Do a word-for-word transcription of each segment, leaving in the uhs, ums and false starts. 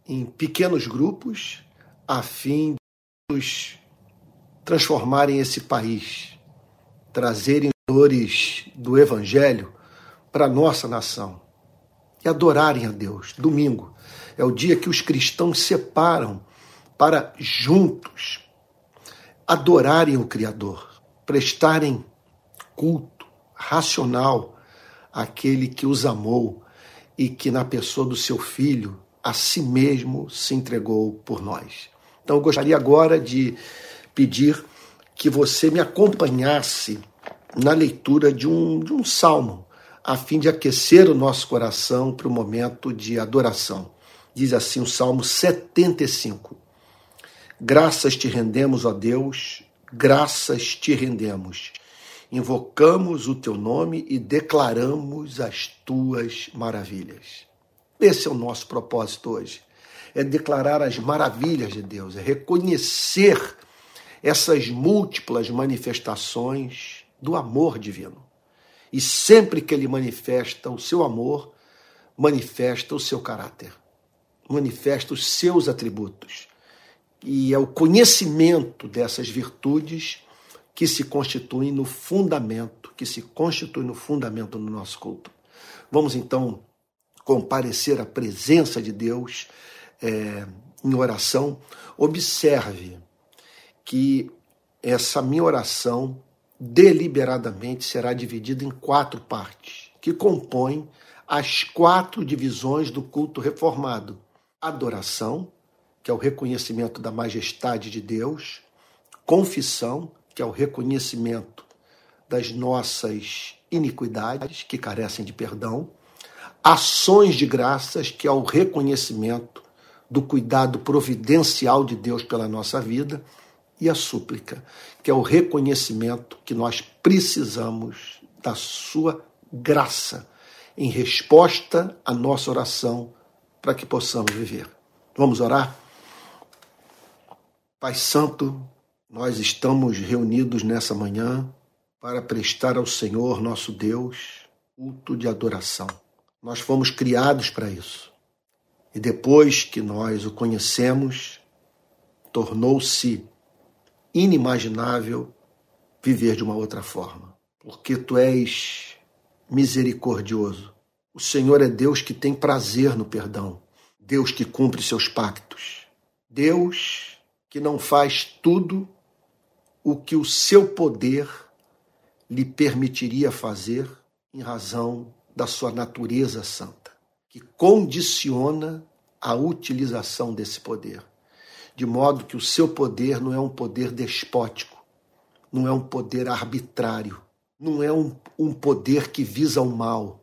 em pequenos grupos, a fim de nos transformarem esse país, trazerem os valores do Evangelho para a nossa nação e adorarem a Deus. Domingo é o dia que os cristãos separam para juntos adorarem o Criador, prestarem culto racional àquele que os amou e que na pessoa do seu Filho a si mesmo se entregou por nós. Então eu gostaria agora de pedir que você me acompanhasse na leitura de um, de um salmo, a fim de aquecer o nosso coração para o momento de adoração. Diz assim o Salmo setenta e cinco. Graças te rendemos, ó Deus, graças te rendemos. Invocamos o teu nome e declaramos as tuas maravilhas. Esse é o nosso propósito hoje. É declarar as maravilhas de Deus, é reconhecer essas múltiplas manifestações do amor divino. E sempre que ele manifesta o seu amor, manifesta o seu caráter, manifesta os seus atributos. E é o conhecimento dessas virtudes que se constituem no fundamento, que se constitui no fundamento do nosso culto. Vamos então comparecer à presença de Deus é, em oração. Observe que essa minha oração deliberadamente será dividida em quatro partes, que compõem as quatro divisões do culto reformado. Adoração, que é o reconhecimento da majestade de Deus. Confissão, que é o reconhecimento das nossas iniquidades, que carecem de perdão. Ações de graças, que é o reconhecimento do cuidado providencial de Deus pela nossa vida. E a súplica, que é o reconhecimento que nós precisamos da sua graça em resposta à nossa oração para que possamos viver. Vamos orar? Pai Santo, nós estamos reunidos nessa manhã para prestar ao Senhor, nosso Deus, culto de adoração. Nós fomos criados para isso. E depois que nós o conhecemos, tornou-se inimaginável viver de uma outra forma. Porque tu és misericordioso. O Senhor é Deus que tem prazer no perdão. Deus que cumpre seus pactos. Deus que não faz tudo o que o seu poder lhe permitiria fazer em razão da sua natureza santa, que condiciona a utilização desse poder, de modo que o seu poder não é um poder despótico, não é um poder arbitrário, não é um, um poder que visa o mal.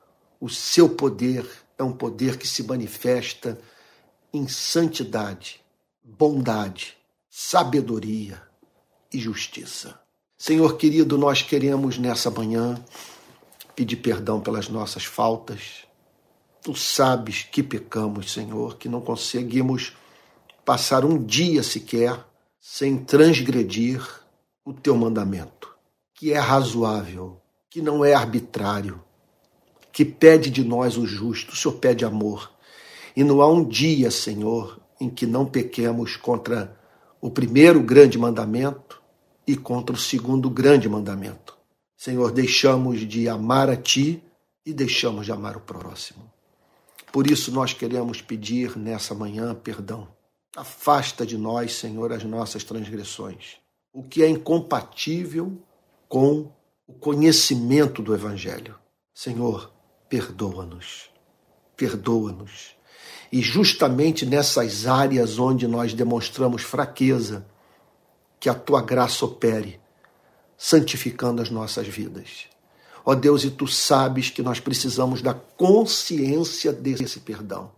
O seu poder é um poder que se manifesta em santidade, bondade, sabedoria e justiça. Senhor querido, nós queremos nessa manhã pedir perdão pelas nossas faltas. Tu sabes que pecamos, Senhor, que não conseguimos passar um dia sequer sem transgredir o teu mandamento, que é razoável, que não é arbitrário, que pede de nós o justo. O Senhor pede amor. E não há um dia, Senhor, em que não pequemos contra o primeiro grande mandamento e contra o segundo grande mandamento. Senhor, deixamos de amar a Ti e deixamos de amar o próximo. Por isso nós queremos pedir nessa manhã perdão. Afasta de nós, Senhor, as nossas transgressões, o que é incompatível com o conhecimento do Evangelho. Senhor, perdoa-nos, perdoa-nos. E justamente nessas áreas onde nós demonstramos fraqueza, que a Tua graça opere, santificando as nossas vidas. Ó Deus, e Tu sabes que nós precisamos da consciência desse perdão.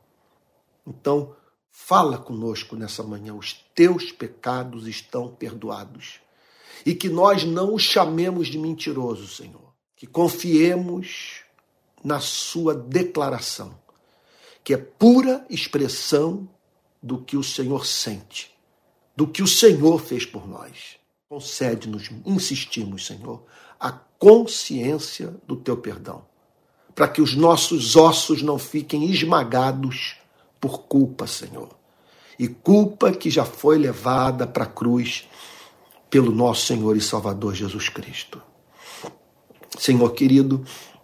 Então, fala conosco nessa manhã, os teus pecados estão perdoados. E que nós não o chamemos de mentiroso, Senhor. Que confiemos na sua declaração, que é pura expressão do que o Senhor sente, do que o Senhor fez por nós. Concede-nos, insistimos, Senhor, a consciência do teu perdão, para que os nossos ossos não fiquem esmagados por culpa, Senhor. E culpa que já foi levada para a cruz pelo nosso Senhor e Salvador Jesus Cristo. Senhor querido,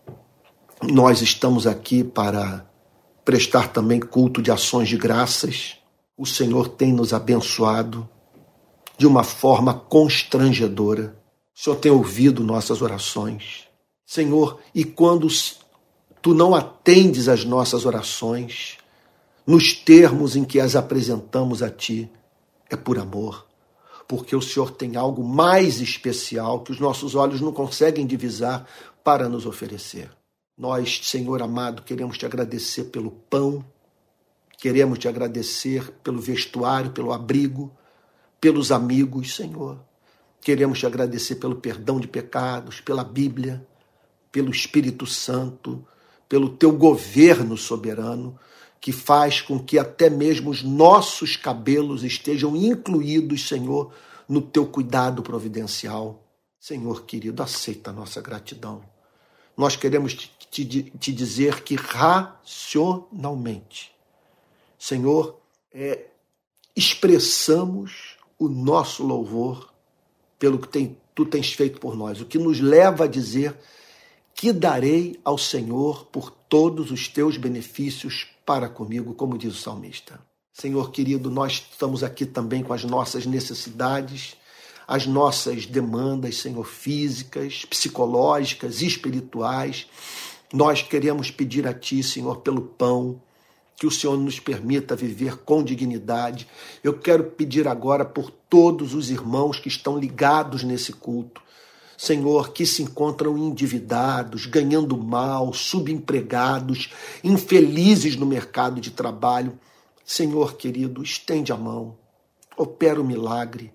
nós estamos aqui para prestar também culto de ações de graças. O Senhor tem nos abençoado de uma forma constrangedora. O Senhor tem ouvido nossas orações. Senhor, e quando Tu não atendes às nossas orações, nos termos em que as apresentamos a Ti, é por amor, porque o Senhor tem algo mais especial que os nossos olhos não conseguem divisar para nos oferecer. Nós, Senhor amado, queremos Te agradecer pelo pão, queremos Te agradecer pelo vestuário, pelo abrigo, pelos amigos, Senhor. Queremos Te agradecer pelo perdão de pecados, pela Bíblia, pelo Espírito Santo, pelo Teu governo soberano, que faz com que até mesmo os nossos cabelos estejam incluídos, Senhor, no Teu cuidado providencial. Senhor querido, aceita a nossa gratidão. Nós queremos te, te, te dizer que racionalmente, Senhor, é, expressamos o nosso louvor pelo que tem, Tu tens feito por nós, o que nos leva a dizer que darei ao Senhor por todos os Teus benefícios para comigo, como diz o salmista. Senhor querido, nós estamos aqui também com as nossas necessidades, as nossas demandas, Senhor, físicas, psicológicas, espirituais. Nós queremos pedir a Ti, Senhor, pelo pão, que o Senhor nos permita viver com dignidade. Eu quero pedir agora por todos os irmãos que estão ligados nesse culto, Senhor, que se encontram endividados, ganhando mal, subempregados, infelizes no mercado de trabalho. Senhor querido, estende a mão, opera o milagre,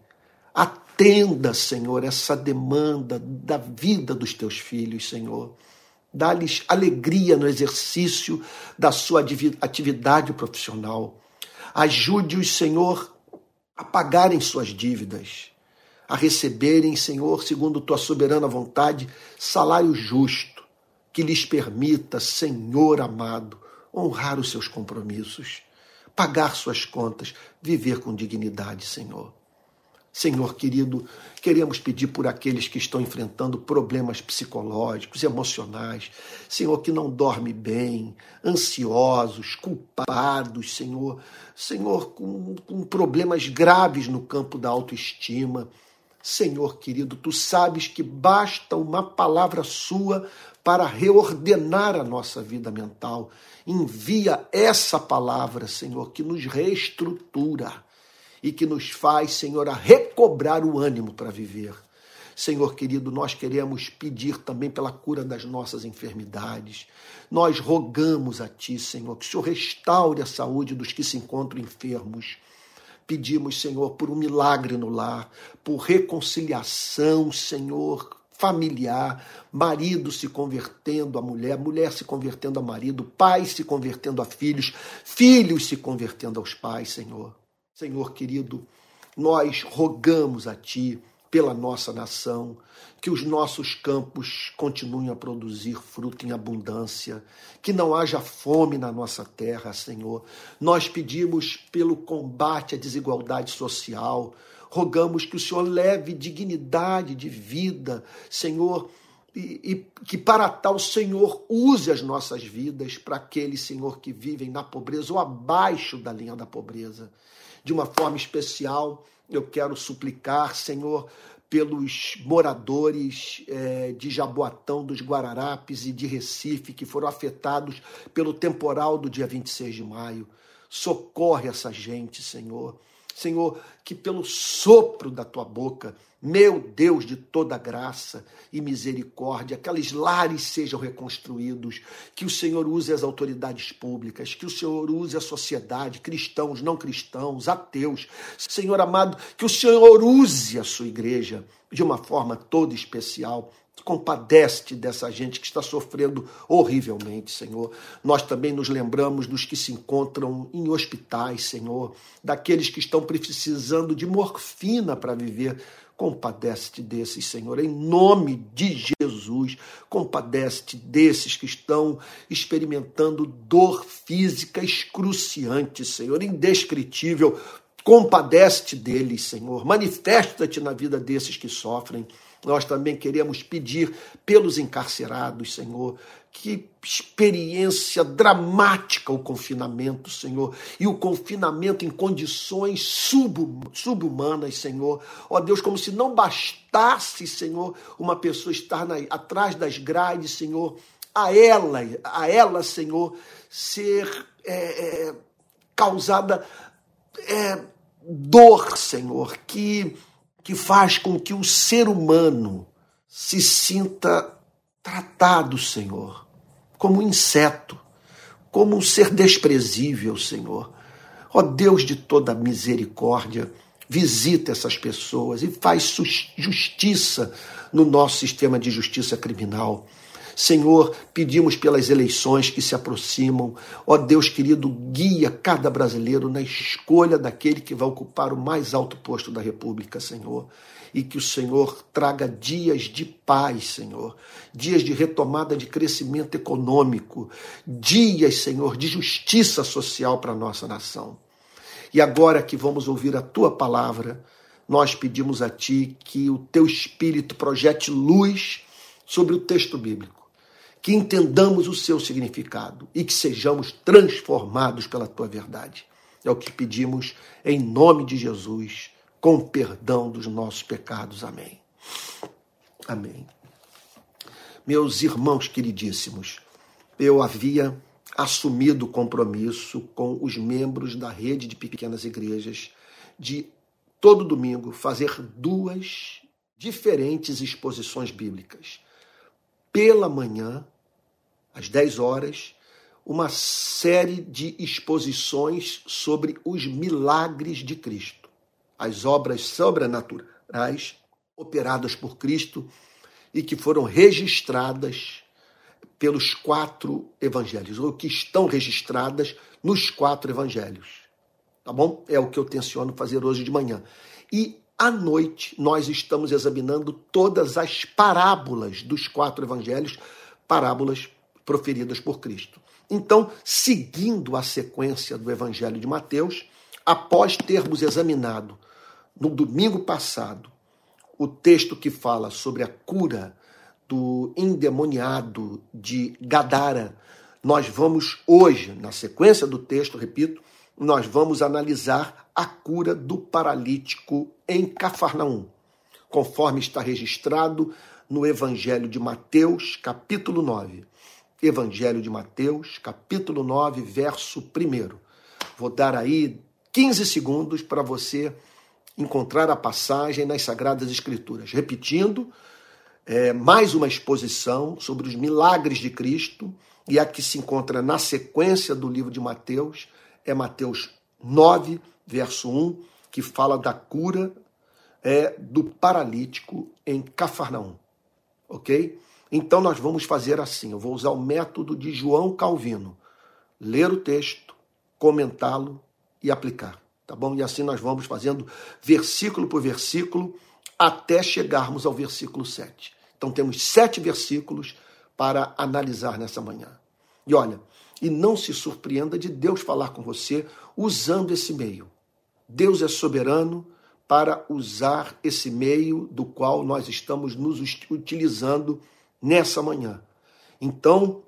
atenda, Senhor, essa demanda da vida dos Teus filhos, Senhor. Dá-lhes alegria no exercício da sua atividade profissional. Ajude-os, Senhor, a pagarem suas dívidas, a receberem, Senhor, segundo Tua soberana vontade, salário justo, que lhes permita, Senhor amado, honrar os seus compromissos, pagar suas contas, viver com dignidade, Senhor. Senhor querido, queremos pedir por aqueles que estão enfrentando problemas psicológicos, emocionais, Senhor, que não dorme bem, ansiosos, culpados, Senhor, Senhor, com, com problemas graves no campo da autoestima. Senhor querido, Tu sabes que basta uma palavra Sua para reordenar a nossa vida mental. Envia essa palavra, Senhor, que nos reestrutura e que nos faz, Senhor, a recobrar o ânimo para viver. Senhor querido, nós queremos pedir também pela cura das nossas enfermidades. Nós rogamos a Ti, Senhor, que o Senhor restaure a saúde dos que se encontram enfermos. Pedimos, Senhor, por um milagre no lar, por reconciliação, Senhor, familiar, marido se convertendo a mulher, mulher se convertendo a marido, pais se convertendo a filhos, filhos se convertendo aos pais, Senhor. Senhor querido, nós rogamos a Ti pela nossa nação, que os nossos campos continuem a produzir fruto em abundância, que não haja fome na nossa terra, Senhor. Nós pedimos pelo combate à desigualdade social, rogamos que o Senhor leve dignidade de vida, Senhor, e, e que para tal o Senhor use as nossas vidas para aqueles, Senhor, que vivem na pobreza ou abaixo da linha da pobreza. De uma forma especial, eu quero suplicar, Senhor, pelos moradores eh, de Jaboatão, dos Guararapes e de Recife, que foram afetados pelo temporal do dia vinte e seis de maio. Socorre essa gente, Senhor. Senhor, que pelo sopro da Tua boca, meu Deus de toda graça e misericórdia, aqueles lares sejam reconstruídos, que o Senhor use as autoridades públicas, que o Senhor use a sociedade, cristãos, não cristãos, ateus. Senhor amado, que o Senhor use a sua igreja de uma forma toda especial. Compadece-te dessa gente que está sofrendo horrivelmente, Senhor. Nós também nos lembramos dos que se encontram em hospitais, Senhor, daqueles que estão precisando de morfina para viver. Compadece-te desses, Senhor, em nome de Jesus. Jesus. Compadece-te desses que estão experimentando dor física excruciante, Senhor, indescritível. Compadece-te deles, Senhor. Manifesta-te na vida desses que sofrem. Nós também queremos pedir pelos encarcerados, Senhor. Que experiência dramática o confinamento, Senhor. E o confinamento em condições subhumanas, Senhor. Ó Deus, como se não bastasse, Senhor, uma pessoa estar na, atrás das grades, Senhor. A ela, a ela, Senhor, ser é, é, causada é, dor, Senhor, que, que faz com que o ser humano se sinta tratado, Senhor, como um inseto, como um ser desprezível, Senhor. Ó Deus de toda misericórdia, visita essas pessoas e faz justiça no nosso sistema de justiça criminal. Senhor, pedimos pelas eleições que se aproximam. Ó Deus querido, guia cada brasileiro na escolha daquele que vai ocupar o mais alto posto da República, Senhor. E que o Senhor traga dias de paz, Senhor, dias de retomada de crescimento econômico, dias, Senhor, de justiça social para a nossa nação. E agora que vamos ouvir a Tua palavra, nós pedimos a Ti que o Teu Espírito projete luz sobre o texto bíblico, que entendamos o seu significado e que sejamos transformados pela Tua verdade. É o que pedimos em nome de Jesus, com perdão dos nossos pecados. Amém. Amém. Meus irmãos queridíssimos, eu havia assumido o compromisso com os membros da rede de pequenas igrejas de todo domingo fazer duas diferentes exposições bíblicas. Pela manhã, às dez horas, uma série de exposições sobre os milagres de Cristo. As obras sobrenaturais operadas por Cristo e que foram registradas pelos quatro evangelhos, ou que estão registradas nos quatro evangelhos. Tá bom? É o que eu tenciono fazer hoje de manhã. E à noite nós estamos examinando todas as parábolas dos quatro evangelhos, parábolas proferidas por Cristo. Então, seguindo a sequência do evangelho de Mateus, após termos examinado no domingo passado o texto que fala sobre a cura do endemoniado de Gadara, nós vamos hoje, na sequência do texto, repito, nós vamos analisar a cura do paralítico em Cafarnaum, conforme está registrado no Evangelho de Mateus, capítulo nove. Evangelho de Mateus, capítulo nove, verso primeiro. Vou dar aí quinze segundos para você encontrar a passagem nas Sagradas Escrituras. Repetindo, é, mais uma exposição sobre os milagres de Cristo, e a que se encontra na sequência do livro de Mateus, é Mateus nove, verso um, que fala da cura é, do paralítico em Cafarnaum. Ok? Então nós vamos fazer assim, eu vou usar o método de João Calvino, ler o texto, comentá-lo e aplicar. Tá bom? E assim nós vamos fazendo versículo por versículo até chegarmos ao versículo sete. Então temos sete versículos para analisar nessa manhã. E olha, e não se surpreenda de Deus falar com você usando esse meio. Deus é soberano para usar esse meio do qual nós estamos nos utilizando nessa manhã. Então,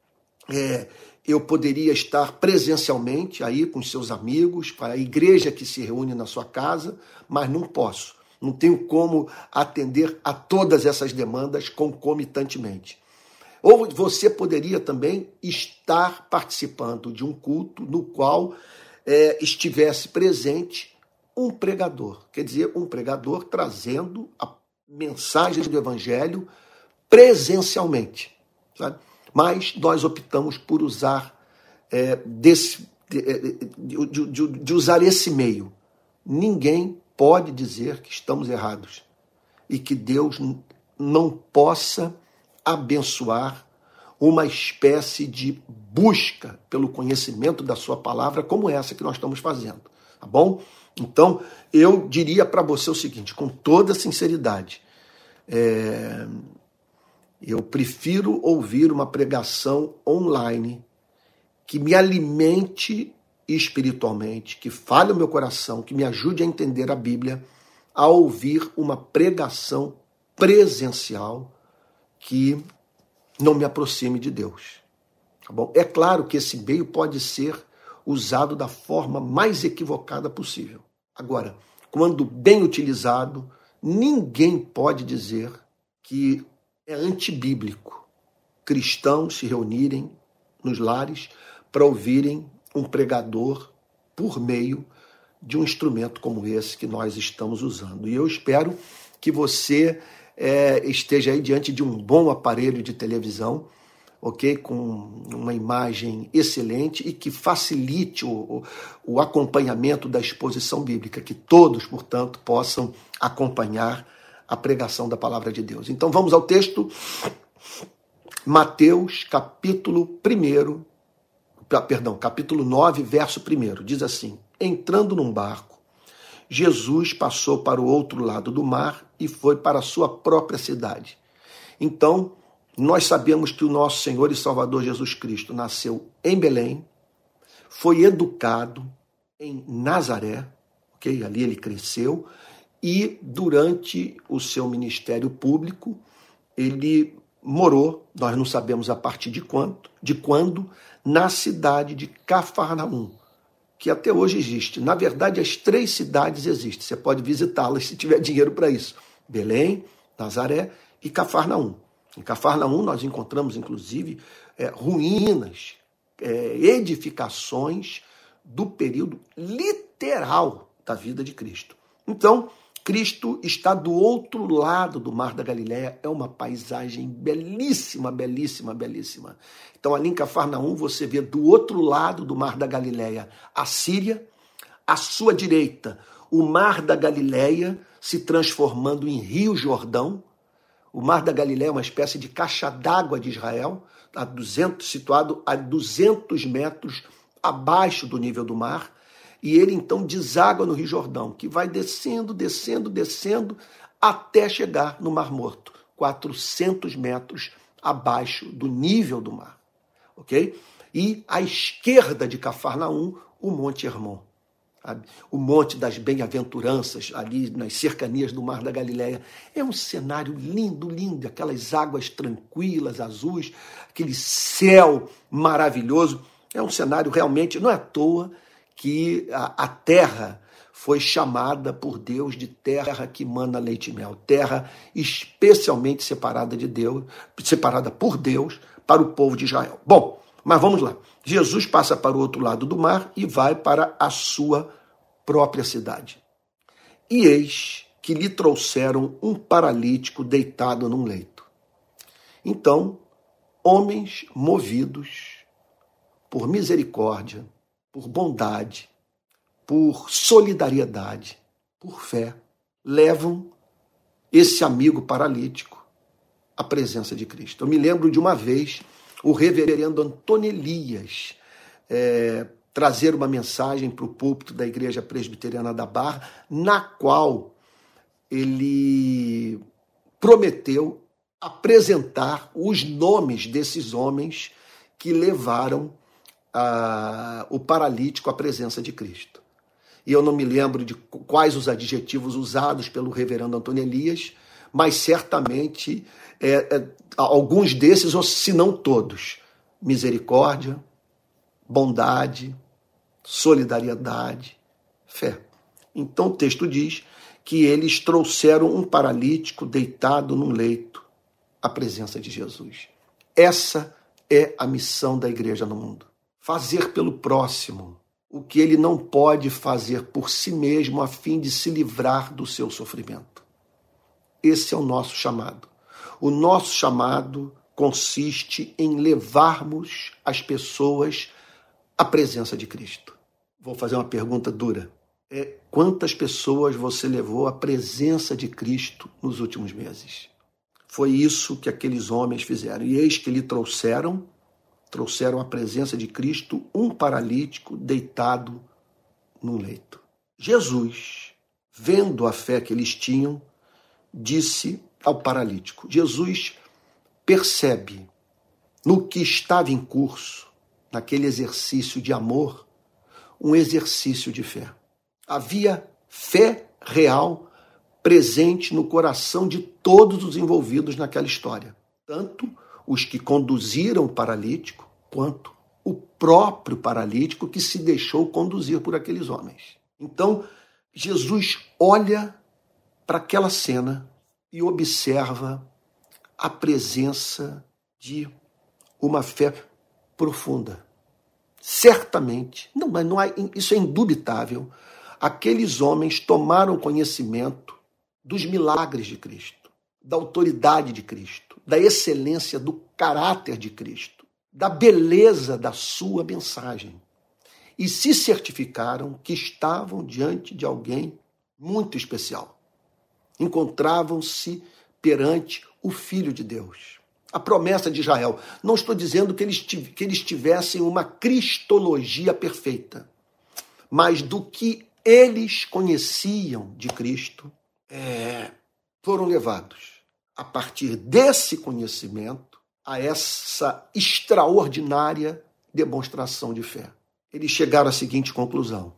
é, eu poderia estar presencialmente aí com seus amigos, para a igreja que se reúne na sua casa, mas não posso. Não tenho como atender a todas essas demandas concomitantemente. Ou você poderia também estar participando de um culto no qual é, estivesse presente um pregador. Quer dizer, um pregador trazendo a mensagem do Evangelho presencialmente, sabe? Mas nós optamos por usar é, desse, de, de, de, de usar esse meio. Ninguém pode dizer que estamos errados e que Deus não possa abençoar uma espécie de busca pelo conhecimento da sua palavra como essa que nós estamos fazendo, tá bom? Então, eu diria para você o seguinte, com toda sinceridade, é... Eu prefiro ouvir uma pregação online que me alimente espiritualmente, que fale o meu coração, que me ajude a entender a Bíblia, a ouvir uma pregação presencial que não me aproxime de Deus. Tá bom? É claro que esse meio pode ser usado da forma mais equivocada possível. Agora, quando bem utilizado, ninguém pode dizer que é antibíblico cristãos se reunirem nos lares para ouvirem um pregador por meio de um instrumento como esse que nós estamos usando. E eu espero que você é, esteja aí diante de um bom aparelho de televisão, ok? Com uma imagem excelente e que facilite o, o, o acompanhamento da exposição bíblica, que todos, portanto, possam acompanhar a pregação da palavra de Deus. Então vamos ao texto, Mateus, capítulo um, perdão, capítulo nove, verso um, diz assim: entrando num barco, Jesus passou para o outro lado do mar e foi para a sua própria cidade. Então, nós sabemos que o nosso Senhor e Salvador Jesus Cristo nasceu em Belém, foi educado em Nazaré, ok? Ali ele cresceu, e durante o seu ministério público, ele morou, nós não sabemos a partir de quando, de quando, na cidade de Cafarnaum, que até hoje existe. Na verdade, as três cidades existem, você pode visitá-las se tiver dinheiro para isso. Belém, Nazaré e Cafarnaum. Em Cafarnaum nós encontramos, inclusive, é, ruínas, é, edificações do período literal da vida de Cristo. Então, Cristo está do outro lado do Mar da Galileia, é uma paisagem belíssima, belíssima, belíssima. Então, ali em Cafarnaum, você vê do outro lado do Mar da Galileia a Síria, à sua direita, o Mar da Galileia se transformando em Rio Jordão. O Mar da Galileia é uma espécie de caixa d'água de Israel, a duzentos, situado a duzentos metros abaixo do nível do mar, e ele então deságua no Rio Jordão, que vai descendo, descendo, descendo, até chegar no Mar Morto, quatrocentos metros abaixo do nível do mar. Ok? E à esquerda de Cafarnaum, o Monte Hermon. Sabe? O Monte das Bem-aventuranças, ali nas cercanias do Mar da Galileia. É um cenário lindo, lindo, aquelas águas tranquilas, azuis, aquele céu maravilhoso. É um cenário realmente, não é à toa que a, a terra foi chamada por Deus de terra que mana leite e mel, terra especialmente separada de Deus, separada por Deus para o povo de Israel. Bom, mas vamos lá. Jesus passa para o outro lado do mar e vai para a sua própria cidade. E eis que lhe trouxeram um paralítico deitado num leito. Então, homens movidos por misericórdia, por bondade, por solidariedade, por fé, levam esse amigo paralítico à presença de Cristo. Eu me lembro de uma vez o reverendo Antônio Elias é, trazer uma mensagem para o púlpito da Igreja Presbiteriana da Barra, na qual ele prometeu apresentar os nomes desses homens que levaram a, o paralítico à presença de Cristo. E eu não me lembro de quais os adjetivos usados pelo reverendo Antônio Elias, mas certamente é, é, alguns desses, ou se não todos, misericórdia, bondade, solidariedade, fé. Então o texto diz que eles trouxeram um paralítico deitado num leito à presença de Jesus. Essa é a missão da igreja no mundo. Fazer pelo próximo o que ele não pode fazer por si mesmo a fim de se livrar do seu sofrimento. Esse é o nosso chamado. O nosso chamado consiste em levarmos as pessoas à presença de Cristo. Vou fazer uma pergunta dura. É, quantas pessoas você levou à presença de Cristo nos últimos meses? Foi isso que aqueles homens fizeram. E eis que lhe trouxeram, trouxeram à presença de Cristo um paralítico deitado num leito. Jesus, vendo a fé que eles tinham, disse ao paralítico. Jesus percebe no que estava em curso, naquele exercício de amor, um exercício de fé. Havia fé real presente no coração de todos os envolvidos naquela história, tanto os que conduziram o paralítico, quanto o próprio paralítico que se deixou conduzir por aqueles homens. Então, Jesus olha para aquela cena e observa a presença de uma fé profunda. Certamente, não, não há, isso é indubitável, aqueles homens tomaram conhecimento dos milagres de Cristo, da autoridade de Cristo, da excelência do caráter de Cristo, da beleza da sua mensagem. E se certificaram que estavam diante de alguém muito especial. Encontravam-se perante o Filho de Deus, a promessa de Israel. Não estou dizendo que eles, que eles tivessem uma cristologia perfeita, mas do que eles conheciam de Cristo, é, foram levados, a partir desse conhecimento, a essa extraordinária demonstração de fé. Eles chegaram à seguinte conclusão: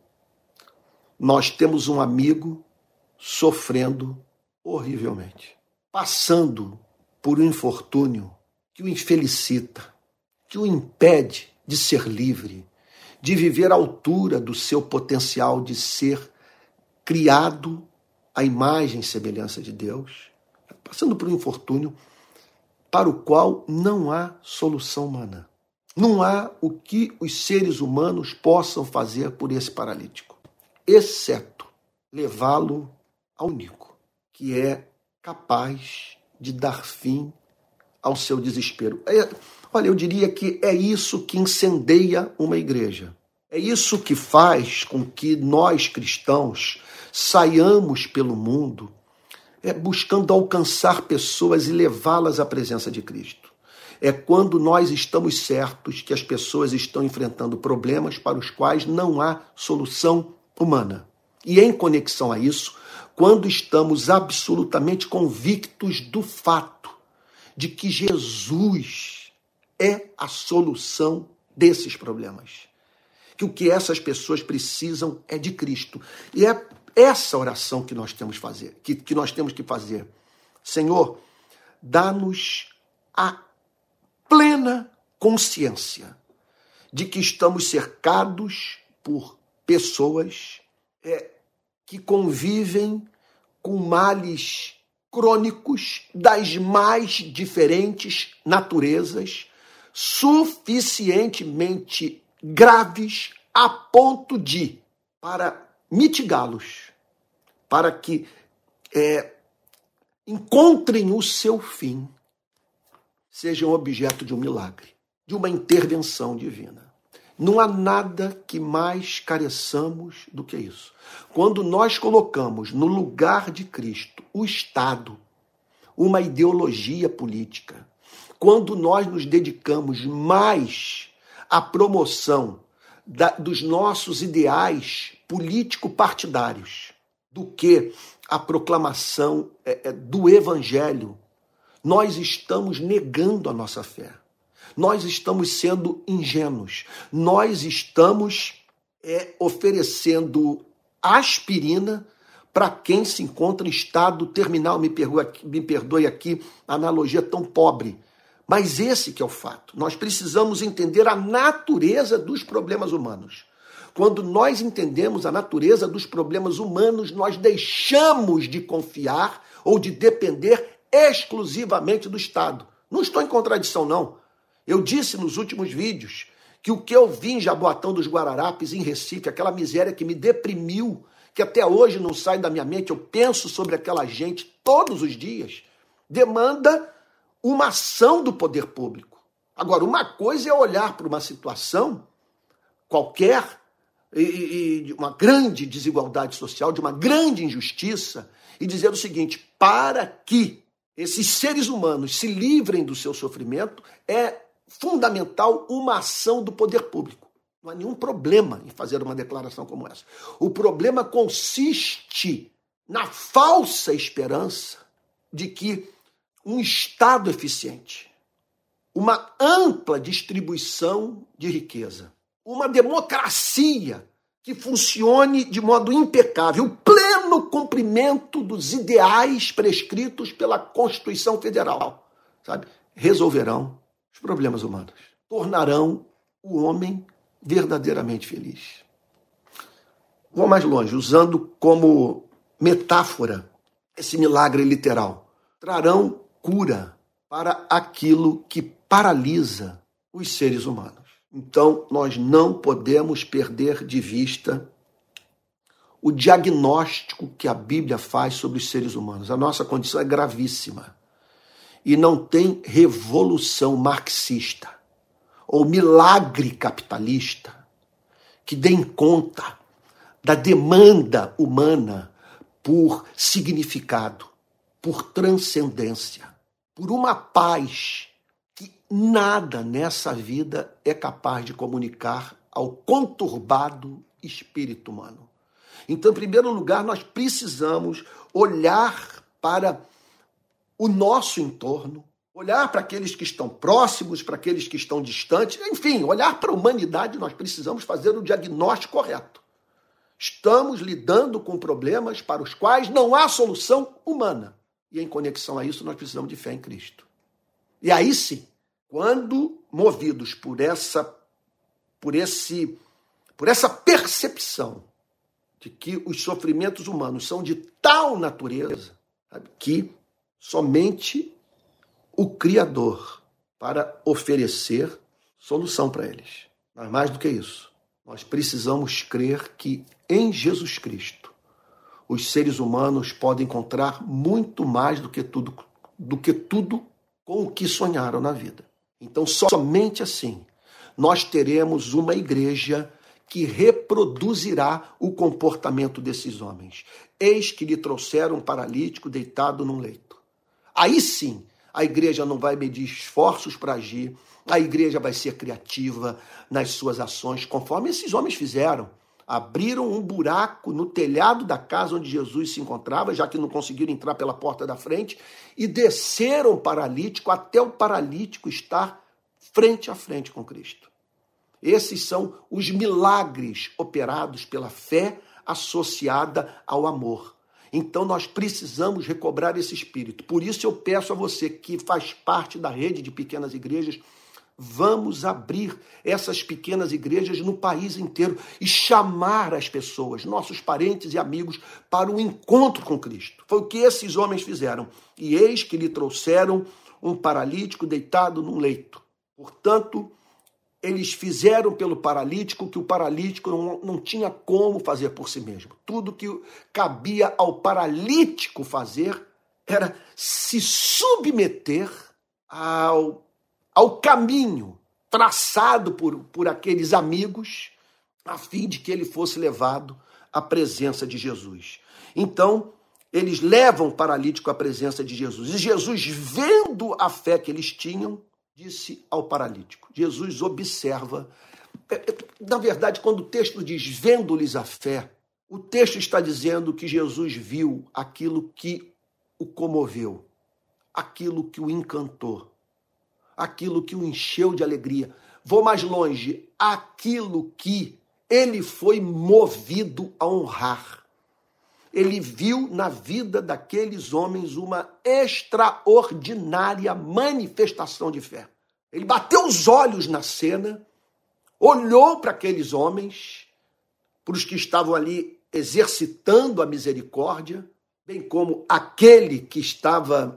nós temos um amigo sofrendo horrivelmente, passando por um infortúnio que o infelicita, que o impede de ser livre, de viver à altura do seu potencial de ser criado à imagem e semelhança de Deus, passando por um infortúnio para o qual não há solução humana. Não há o que os seres humanos possam fazer por esse paralítico, exceto levá-lo ao único, que é capaz de dar fim ao seu desespero. É, olha, eu diria que é isso que incendeia uma igreja. É isso que faz com que nós, cristãos, saiamos pelo mundo é, buscando alcançar pessoas e levá-las à presença de Cristo. É quando nós estamos certos que as pessoas estão enfrentando problemas para os quais não há solução humana. E em conexão a isso, quando estamos absolutamente convictos do fato de que Jesus é a solução desses problemas. Que o que essas pessoas precisam é de Cristo. E é essa oração que nós temos, fazer, que, que, nós temos que fazer. Senhor, dá-nos a plena consciência de que estamos cercados por pessoas é, que convivem com males crônicos das mais diferentes naturezas, suficientemente graves a ponto de, para mitigá-los, para que é, encontrem o seu fim, sejam objeto de um milagre, de uma intervenção divina. Não há nada que mais careçamos do que isso. Quando nós colocamos no lugar de Cristo o Estado, uma ideologia política, quando nós nos dedicamos mais à promoção da, dos nossos ideais político-partidários do que a proclamação é, é, do Evangelho, nós estamos negando a nossa fé. Nós estamos sendo ingênuos. Nós estamos é, oferecendo aspirina para quem se encontra em estado terminal. Me perdoe, me perdoe aqui a analogia tão pobre. Mas esse que é o fato. Nós precisamos entender a natureza dos problemas humanos. Quando nós entendemos a natureza dos problemas humanos, nós deixamos de confiar ou de depender exclusivamente do Estado. Não estou em contradição, não. Eu disse nos últimos vídeos que o que eu vi em Jaboatão dos Guararapes, em Recife, aquela miséria que me deprimiu, que até hoje não sai da minha mente, eu penso sobre aquela gente todos os dias, demanda uma ação do poder público. Agora, uma coisa é olhar para uma situação qualquer, e, e de uma grande desigualdade social, de uma grande injustiça, e dizer o seguinte: para que esses seres humanos se livrem do seu sofrimento, é fundamental uma ação do poder público. Não há nenhum problema em fazer uma declaração como essa. O problema consiste na falsa esperança de que um Estado eficiente, uma ampla distribuição de riqueza, uma democracia que funcione de modo impecável, o pleno cumprimento dos ideais prescritos pela Constituição Federal, sabe? Resolverão os problemas humanos, tornarão o homem verdadeiramente feliz. Vou mais longe, usando como metáfora esse milagre literal. Trarão cura para aquilo que paralisa os seres humanos. Então, nós não podemos perder de vista o diagnóstico que a Bíblia faz sobre os seres humanos. A nossa condição é gravíssima. E não tem revolução marxista ou milagre capitalista que dê conta da demanda humana por significado, por transcendência, por uma paz que nada nessa vida é capaz de comunicar ao conturbado espírito humano. Então, em primeiro lugar, nós precisamos olhar para o nosso entorno, olhar para aqueles que estão próximos, para aqueles que estão distantes, enfim, olhar para a humanidade. Nós precisamos fazer o diagnóstico correto. Estamos lidando com problemas para os quais não há solução humana. E em conexão a isso, nós precisamos de fé em Cristo. E aí sim, quando movidos por essa, por esse, por essa percepção de que os sofrimentos humanos são de tal natureza, sabe, que somente o Criador para oferecer solução para eles. Mas mais do que isso, nós precisamos crer que em Jesus Cristo os seres humanos podem encontrar muito mais do que tudo, do que tudo com o que sonharam na vida. Então, somente assim, nós teremos uma igreja que reproduzirá o comportamento desses homens. Eis que lhe trouxeram um paralítico deitado num leito. Aí sim, a igreja não vai medir esforços para agir, a igreja vai ser criativa nas suas ações, conforme esses homens fizeram. Abriram um buraco no telhado da casa onde Jesus se encontrava, já que não conseguiram entrar pela porta da frente, e desceram o paralítico até o paralítico estar frente a frente com Cristo. Esses são os milagres operados pela fé associada ao amor. Então nós precisamos recobrar esse espírito. Por isso eu peço a você que faz parte da rede de pequenas igrejas, vamos abrir essas pequenas igrejas no país inteiro e chamar as pessoas, nossos parentes e amigos, para o encontro com Cristo. Foi o que esses homens fizeram. E eis que lhe trouxeram um paralítico deitado num leito. Portanto, eles fizeram pelo paralítico que o paralítico não, não tinha como fazer por si mesmo. Tudo que cabia ao paralítico fazer era se submeter ao ao caminho traçado por, por aqueles amigos, a fim de que ele fosse levado à presença de Jesus. Então, eles levam o paralítico à presença de Jesus. E Jesus, vendo a fé que eles tinham, disse ao paralítico. Jesus observa. Na verdade, quando o texto diz vendo-lhes a fé, o texto está dizendo que Jesus viu aquilo que o comoveu, aquilo que o encantou, aquilo que o encheu de alegria. Vou mais longe, aquilo que ele foi movido a honrar. Ele viu na vida daqueles homens uma extraordinária manifestação de fé. Ele bateu os olhos na cena, olhou para aqueles homens, para os que estavam ali exercitando a misericórdia, bem como aquele que estava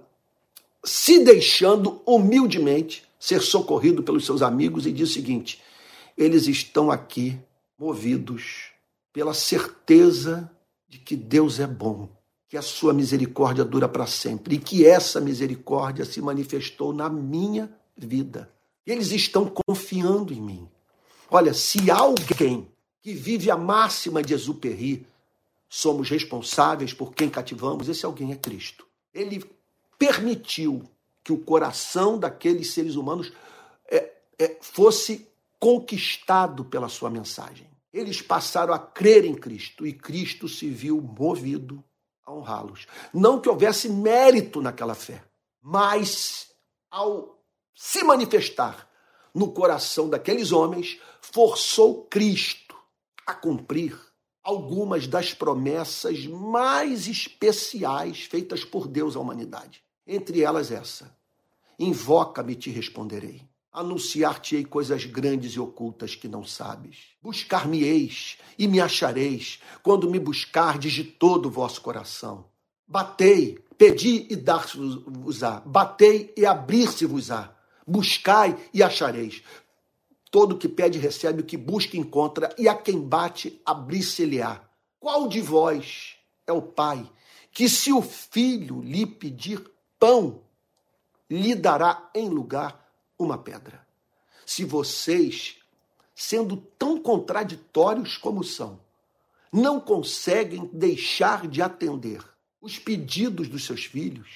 se deixando humildemente ser socorrido pelos seus amigos, e diz o seguinte: eles estão aqui movidos pela certeza de que Deus é bom, que a sua misericórdia dura para sempre e que essa misericórdia se manifestou na minha vida. Eles estão confiando em mim. Olha, se alguém que vive a máxima de Exupéry, somos responsáveis por quem cativamos, esse alguém é Cristo. Ele permitiu que o coração daqueles seres humanos é, é, fosse conquistado pela sua mensagem. Eles passaram a crer em Cristo e Cristo se viu movido a honrá-los. Não que houvesse mérito naquela fé, mas ao se manifestar no coração daqueles homens, forçou Cristo a cumprir algumas das promessas mais especiais feitas por Deus à humanidade. Entre elas essa: invoca-me e te responderei. Anunciar-te-ei coisas grandes e ocultas que não sabes. Buscar-me-eis e me achareis, quando me buscardes de todo o vosso coração. Batei, pedi e dar-se-vos-á. Batei e abrir-se-vos-á. Buscai e achareis. Todo que pede recebe, o que busca encontra, e a quem bate abrir-se-lhe-á. Qual de vós é o pai que, se o filho lhe pedir pão, lhe dará em lugar uma pedra? Se vocês, sendo tão contraditórios como são, não conseguem deixar de atender os pedidos dos seus filhos,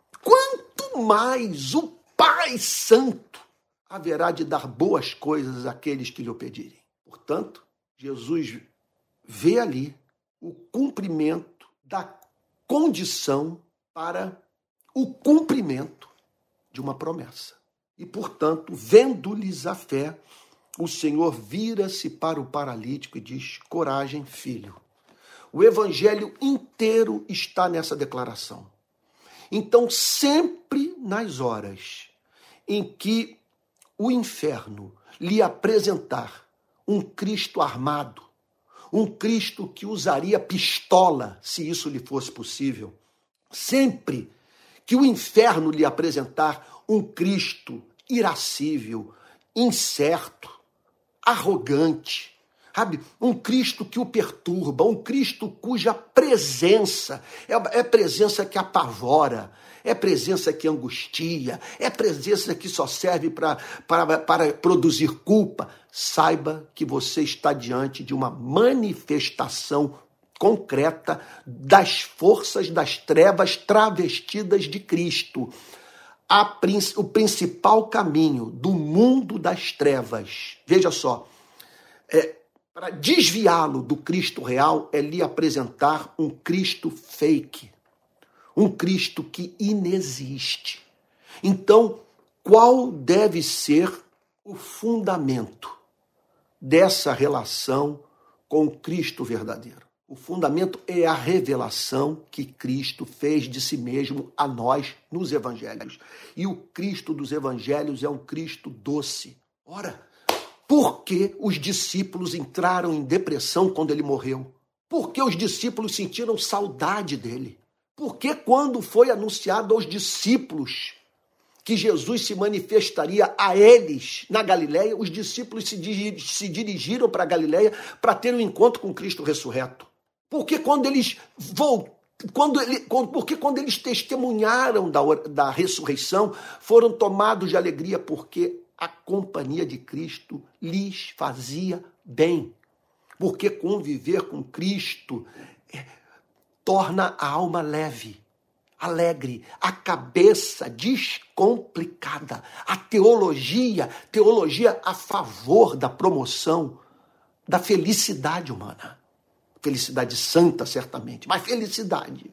quanto mais o Pai Santo haverá de dar boas coisas àqueles que lhe o pedirem. Portanto, Jesus vê ali o cumprimento da condição para o cumprimento de uma promessa. E, portanto, vendo-lhes a fé, o Senhor vira-se para o paralítico e diz: coragem, filho. O evangelho inteiro está nessa declaração. Então, sempre nas horas em que o inferno lhe apresentar um Cristo armado, um Cristo que usaria pistola, se isso lhe fosse possível, sempre que o inferno lhe apresentar um Cristo irascível, incerto, arrogante, sabe? Um Cristo que o perturba, um Cristo cuja presença é, é presença que apavora, é presença que angustia, é presença que só serve para para produzir culpa. Saiba que você está diante de uma manifestação concreta das forças das trevas travestidas de Cristo. A, o principal caminho do mundo das trevas, veja só, é, para desviá-lo do Cristo real, é lhe apresentar um Cristo fake, um Cristo que inexiste. Então, qual deve ser o fundamento dessa relação com o Cristo verdadeiro? O fundamento é a revelação que Cristo fez de si mesmo a nós nos evangelhos. E o Cristo dos evangelhos é um Cristo doce. Ora, por que os discípulos entraram em depressão quando ele morreu? Por que os discípulos sentiram saudade dele? Por que, quando foi anunciado aos discípulos que Jesus se manifestaria a eles na Galileia, os discípulos se, dir- se dirigiram para a Galileia para ter um encontro com Cristo ressurreto? Porque quando eles voltaram, Quando ele, quando, porque quando eles testemunharam da, da ressurreição, foram tomados de alegria, porque a companhia de Cristo lhes fazia bem. Porque conviver com Cristo é, torna a alma leve, alegre, a cabeça descomplicada, a teologia, teologia a favor da promoção da felicidade humana. Felicidade santa, certamente, mas felicidade.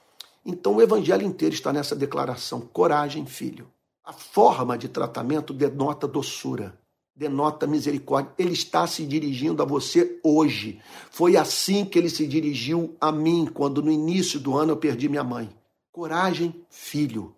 Então o evangelho inteiro está nessa declaração: coragem, filho. A forma de tratamento denota doçura, denota misericórdia. Ele está se dirigindo a você hoje. Foi assim que ele se dirigiu a mim, quando no início do ano eu perdi minha mãe. Coragem, filho.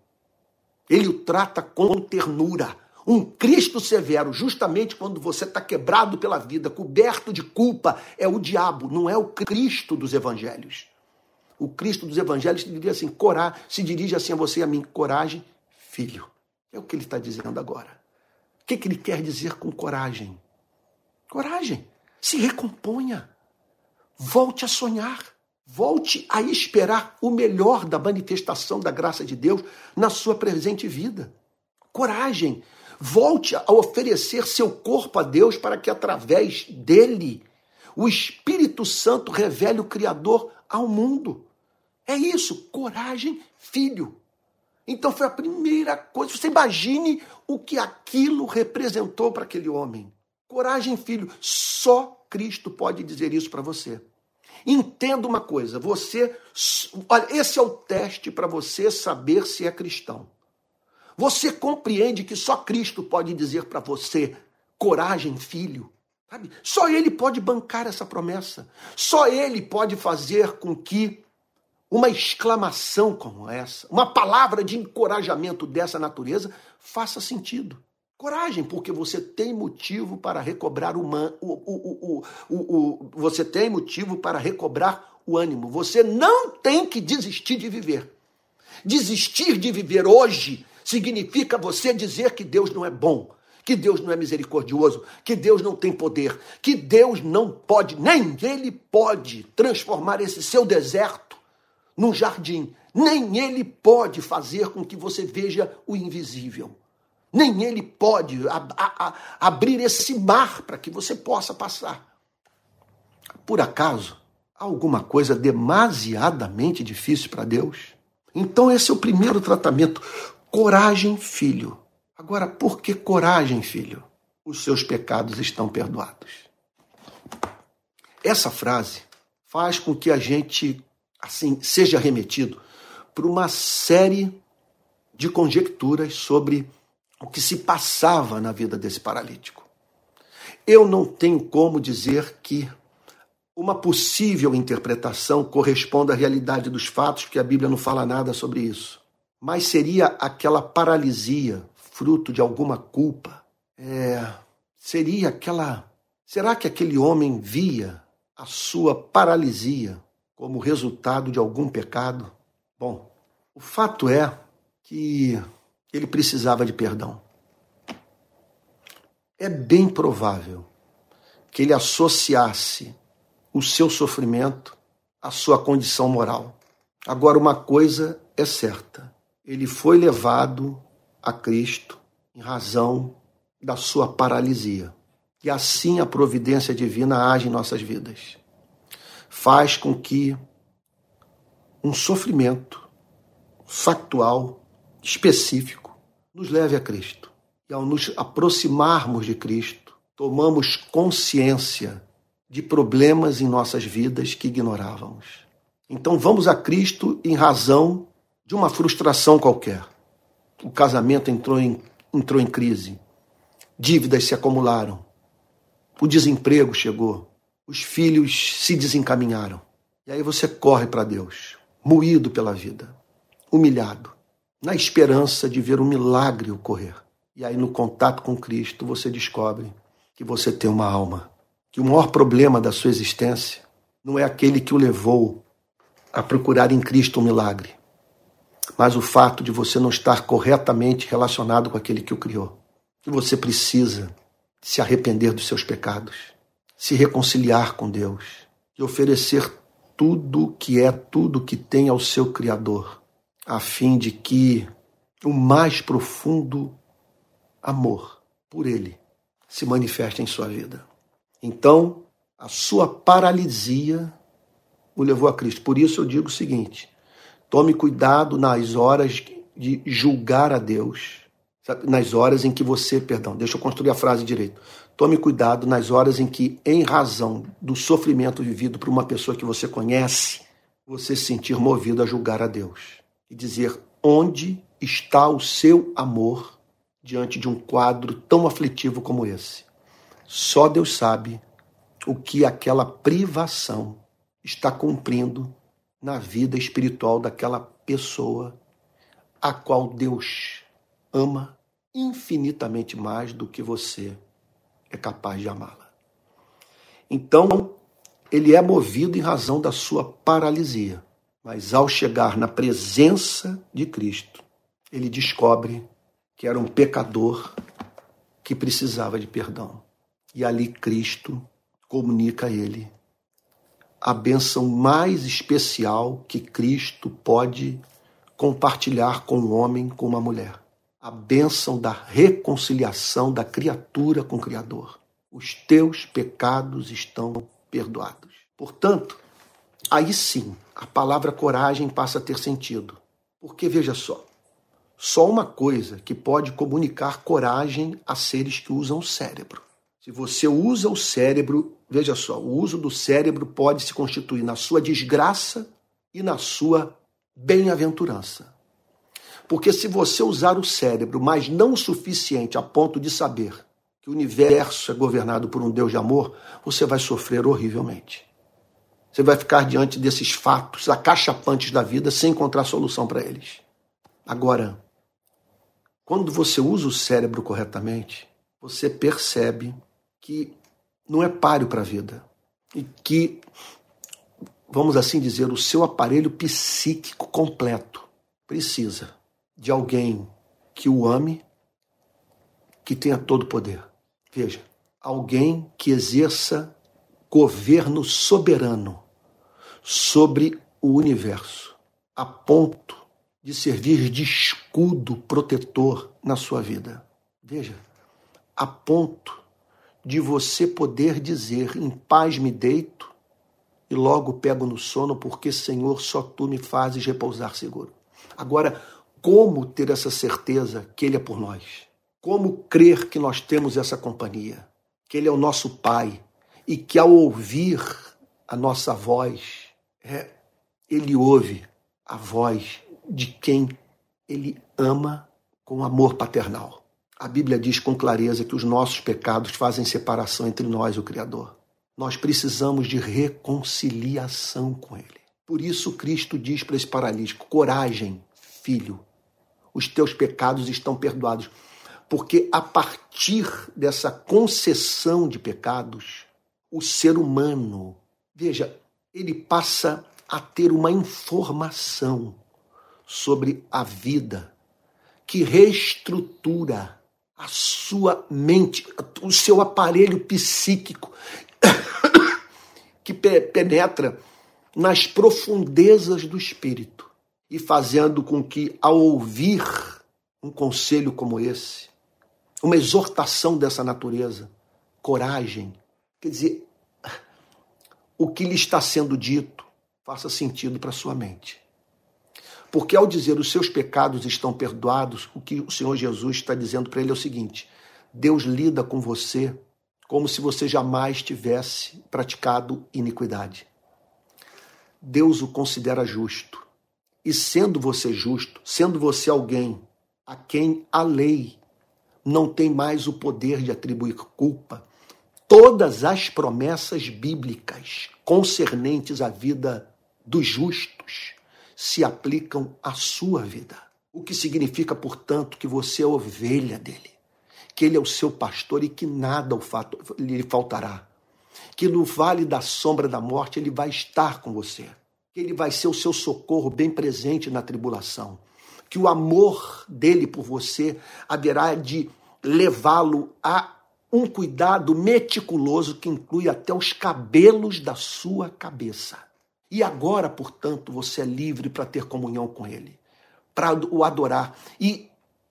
Ele o trata com ternura. Um Cristo severo, justamente quando você está quebrado pela vida, coberto de culpa, é o diabo, não é o Cristo dos evangelhos. O Cristo dos evangelhos se dirige assim, coragem, se dirige assim a você e a mim: coragem, filho. É o que ele está dizendo agora. O que, que ele quer dizer com coragem? Coragem. Se recomponha. Volte a sonhar. Volte a esperar o melhor da manifestação da graça de Deus na sua presente vida. Coragem. Volte a oferecer seu corpo a Deus para que, através dele, o Espírito Santo revele o Criador ao mundo. É isso, coragem, filho. Então foi a primeira coisa. Você imagine o que aquilo representou para aquele homem. Coragem, filho. Só Cristo pode dizer isso para você. Entenda uma coisa, você, olha, esse é o teste para você saber se é cristão. Você compreende que só Cristo pode dizer para você, coragem, filho? Sabe? Só Ele pode bancar essa promessa. Só Ele pode fazer com que uma exclamação como essa, uma palavra de encorajamento dessa natureza, faça sentido. Coragem, porque você tem motivo para recobrar o, man, o, o, o, o, o, você tem motivo para recobrar o ânimo. Você não tem que desistir de viver. Desistir de viver hoje significa você dizer que Deus não é bom, que Deus não é misericordioso, que Deus não tem poder, que Deus não pode, nem Ele pode transformar esse seu deserto num jardim. Nem Ele pode fazer com que você veja o invisível. Nem Ele pode a, a, a, abrir esse mar para que você possa passar. Por acaso, há alguma coisa demasiadamente difícil para Deus? Então esse é o primeiro tratamento. Coragem, filho. Agora, por que coragem, filho? Os seus pecados estão perdoados. Essa frase faz com que a gente assim seja remetido por uma série de conjecturas sobre o que se passava na vida desse paralítico. Eu não tenho como dizer que uma possível interpretação corresponda à realidade dos fatos, porque a Bíblia não fala nada sobre isso. Mas seria aquela paralisia fruto de alguma culpa? É, seria aquela... Será que aquele homem via a sua paralisia como resultado de algum pecado? Bom, o fato é que ele precisava de perdão. É bem provável que ele associasse o seu sofrimento à sua condição moral. Agora, uma coisa é certa. Ele foi levado a Cristo em razão da sua paralisia. E assim a providência divina age em nossas vidas. Faz com que um sofrimento factual, específico, nos leve a Cristo. E ao nos aproximarmos de Cristo, tomamos consciência de problemas em nossas vidas que ignorávamos. Então vamos a Cristo em razão de uma frustração qualquer. O casamento entrou em, entrou em crise, dívidas se acumularam, o desemprego chegou, os filhos se desencaminharam. E aí você corre para Deus, moído pela vida, humilhado, na esperança de ver um milagre ocorrer. E aí no contato com Cristo você descobre que você tem uma alma, que o maior problema da sua existência não é aquele que o levou a procurar em Cristo um milagre, mas o fato de você não estar corretamente relacionado com aquele que o criou. Que você precisa se arrepender dos seus pecados, se reconciliar com Deus e oferecer tudo que é, tudo que tem ao seu Criador, a fim de que o mais profundo amor por Ele se manifeste em sua vida. Então, a sua paralisia o levou a Cristo. Por isso eu digo o seguinte: tome cuidado nas horas de julgar a Deus, sabe? Nas horas em que você, perdão, deixa eu construir a frase direito. Tome cuidado nas horas em que, em razão do sofrimento vivido por uma pessoa que você conhece, você se sentir movido a julgar a Deus e dizer: onde está o seu amor diante de um quadro tão aflitivo como esse? Só Deus sabe o que aquela privação está cumprindo na vida espiritual daquela pessoa a qual Deus ama infinitamente mais do que você é capaz de amá-la. Então, ele é movido em razão da sua paralisia, mas ao chegar na presença de Cristo, ele descobre que era um pecador que precisava de perdão. E ali Cristo comunica a ele a bênção mais especial que Cristo pode compartilhar com um homem, com uma mulher. A bênção da reconciliação da criatura com o Criador. Os teus pecados estão perdoados. Portanto, aí sim, a palavra coragem passa a ter sentido. Porque, veja só, só uma coisa que pode comunicar coragem a seres que usam o cérebro. Se você usa o cérebro, veja só, o uso do cérebro pode se constituir na sua desgraça e na sua bem-aventurança. Porque se você usar o cérebro, mas não o suficiente a ponto de saber que o universo é governado por um Deus de amor, você vai sofrer horrivelmente. Você vai ficar diante desses fatos acachapantes da vida sem encontrar solução para eles. Agora, quando você usa o cérebro corretamente, você percebe que não é páreo para a vida. E que, vamos assim dizer, o seu aparelho psíquico completo precisa de alguém que o ame, que tenha todo o poder. Veja, alguém que exerça governo soberano sobre o universo, a ponto de servir de escudo protetor na sua vida. Veja, a ponto de você poder dizer, em paz me deito e logo pego no sono, porque, Senhor, só Tu me fazes repousar seguro. Agora, como ter essa certeza que Ele é por nós? Como crer que nós temos essa companhia? Que Ele é o nosso Pai e que, ao ouvir a nossa voz, é, Ele ouve a voz de quem Ele ama com amor paternal. A Bíblia diz com clareza que os nossos pecados fazem separação entre nós e o Criador. Nós precisamos de reconciliação com Ele. Por isso Cristo diz para esse paralítico: coragem, filho, os teus pecados estão perdoados. Porque a partir dessa concessão de pecados, o ser humano, veja, ele passa a ter uma informação sobre a vida que reestrutura a sua mente, o seu aparelho psíquico, que penetra nas profundezas do espírito e fazendo com que, ao ouvir um conselho como esse, uma exortação dessa natureza, coragem, quer dizer, o que lhe está sendo dito faça sentido para sua mente. Porque ao dizer os seus pecados estão perdoados, o que o Senhor Jesus está dizendo para ele é o seguinte: Deus lida com você como se você jamais tivesse praticado iniquidade. Deus o considera justo. E sendo você justo, sendo você alguém a quem a lei não tem mais o poder de atribuir culpa, todas as promessas bíblicas concernentes à vida dos justos se aplicam à sua vida. O que significa, portanto, que você é ovelha dele, que ele é o seu pastor e que nada lhe faltará, que no vale da sombra da morte ele vai estar com você, que ele vai ser o seu socorro bem presente na tribulação, que o amor dele por você haverá de levá-lo a um cuidado meticuloso que inclui até os cabelos da sua cabeça. E agora, portanto, você é livre para ter comunhão com Ele, para o adorar e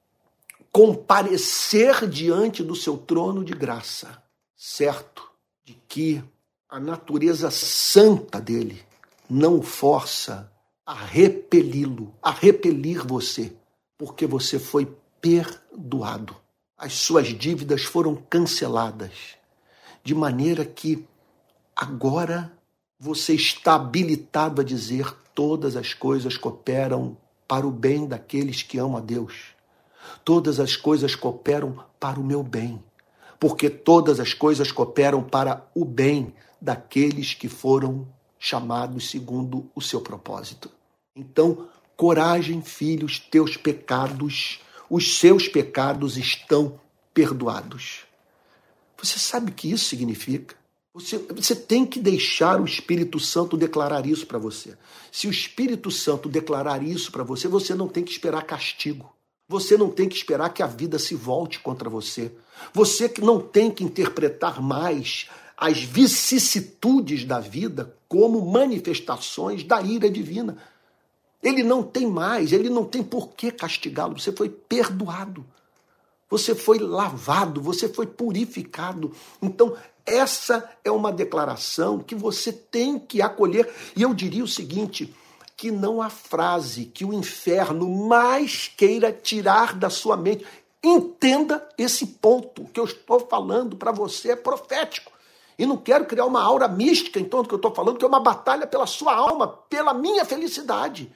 comparecer diante do seu trono de graça, certo de que a natureza santa dele não o força a repeli-lo, a repelir você, porque você foi perdoado. As suas dívidas foram canceladas, de maneira que agora você está habilitado a dizer: todas as coisas cooperam para o bem daqueles que amam a Deus. Todas as coisas cooperam para o meu bem, porque todas as coisas cooperam para o bem daqueles que foram chamados segundo o seu propósito. Então, coragem, filhos, teus pecados, os seus pecados estão perdoados. Você sabe o que isso significa? Você, você tem que deixar o Espírito Santo declarar isso para você. Se o Espírito Santo declarar isso para você, você não tem que esperar castigo. Você não tem que esperar que a vida se volte contra você. Você que não tem que interpretar mais as vicissitudes da vida como manifestações da ira divina. Ele não tem mais, ele não tem por que castigá-lo. Você foi perdoado. Você foi lavado, você foi purificado. Então, essa é uma declaração que você tem que acolher. E eu diria o seguinte, que não há frase que o inferno mais queira tirar da sua mente. Entenda esse ponto. O que eu estou falando para você é profético. E não quero criar uma aura mística em torno do que eu estou falando, que é uma batalha pela sua alma, pela minha felicidade.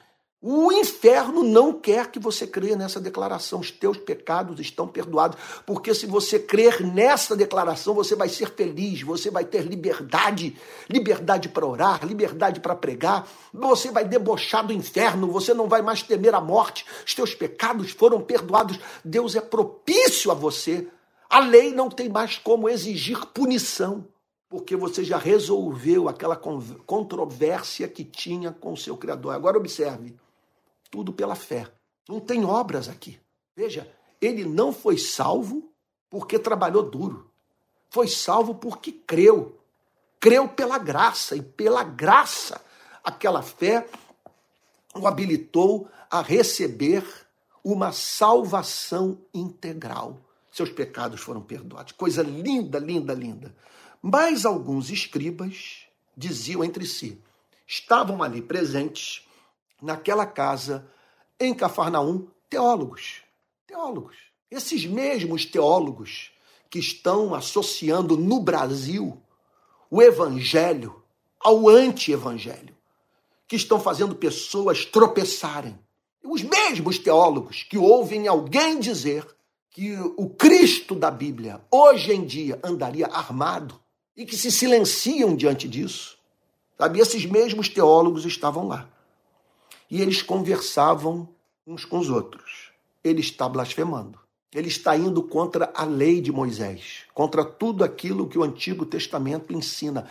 O inferno não quer que você creia nessa declaração. Os teus pecados estão perdoados. Porque se você crer nessa declaração, você vai ser feliz, você vai ter liberdade. Liberdade para orar, liberdade para pregar. Você vai debochar do inferno, você não vai mais temer a morte. Os teus pecados foram perdoados. Deus é propício a você. A lei não tem mais como exigir punição, porque você já resolveu aquela controvérsia que tinha com o seu Criador. Agora observe. Tudo pela fé. Não tem obras aqui. Veja, ele não foi salvo porque trabalhou duro. Foi salvo porque creu. Creu pela graça. E pela graça, aquela fé o habilitou a receber uma salvação integral. Seus pecados foram perdoados. Coisa linda, linda, linda. Mas alguns escribas diziam entre si, estavam ali presentes, naquela casa, em Cafarnaum, teólogos. Teólogos. Esses mesmos teólogos que estão associando no Brasil o evangelho ao anti-evangelho, que estão fazendo pessoas tropeçarem. Os mesmos teólogos que ouvem alguém dizer que o Cristo da Bíblia, hoje em dia, andaria armado e que se silenciam diante disso. Sabe? Esses mesmos teólogos estavam lá. E eles conversavam uns com os outros. Ele está blasfemando. Ele está indo contra a lei de Moisés, contra tudo aquilo que o Antigo Testamento ensina.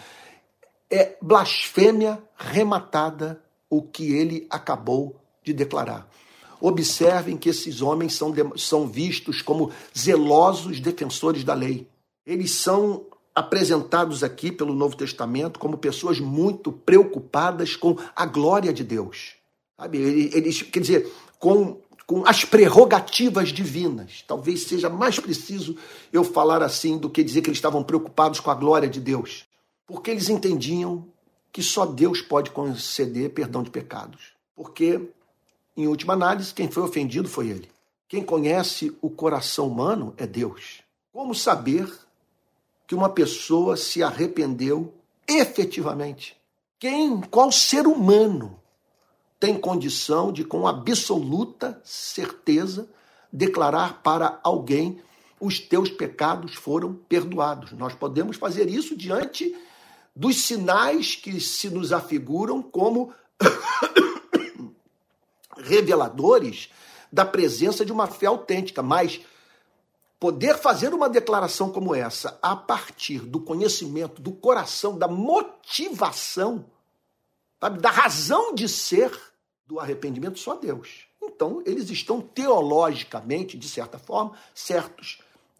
É blasfêmia rematada o que ele acabou de declarar. Observem que esses homens são, são vistos como zelosos defensores da lei. Eles são apresentados aqui pelo Novo Testamento como pessoas muito preocupadas com a glória de Deus. Sabe? Eles, quer dizer, com, com as prerrogativas divinas. Talvez seja mais preciso eu falar assim do que dizer que eles estavam preocupados com a glória de Deus. Porque eles entendiam que só Deus pode conceder perdão de pecados. Porque, em última análise, quem foi ofendido foi ele. Quem conhece o coração humano é Deus. Como saber que uma pessoa se arrependeu efetivamente? Quem, qual ser humano tem condição de, com absoluta certeza, declarar para alguém os teus pecados foram perdoados? Nós podemos fazer isso diante dos sinais que se nos afiguram como reveladores da presença de uma fé autêntica, mas poder fazer uma declaração como essa a partir do conhecimento, do coração, da motivação, sabe, da razão de ser do arrependimento, só Deus. Então, eles estão teologicamente, de certa forma, certos.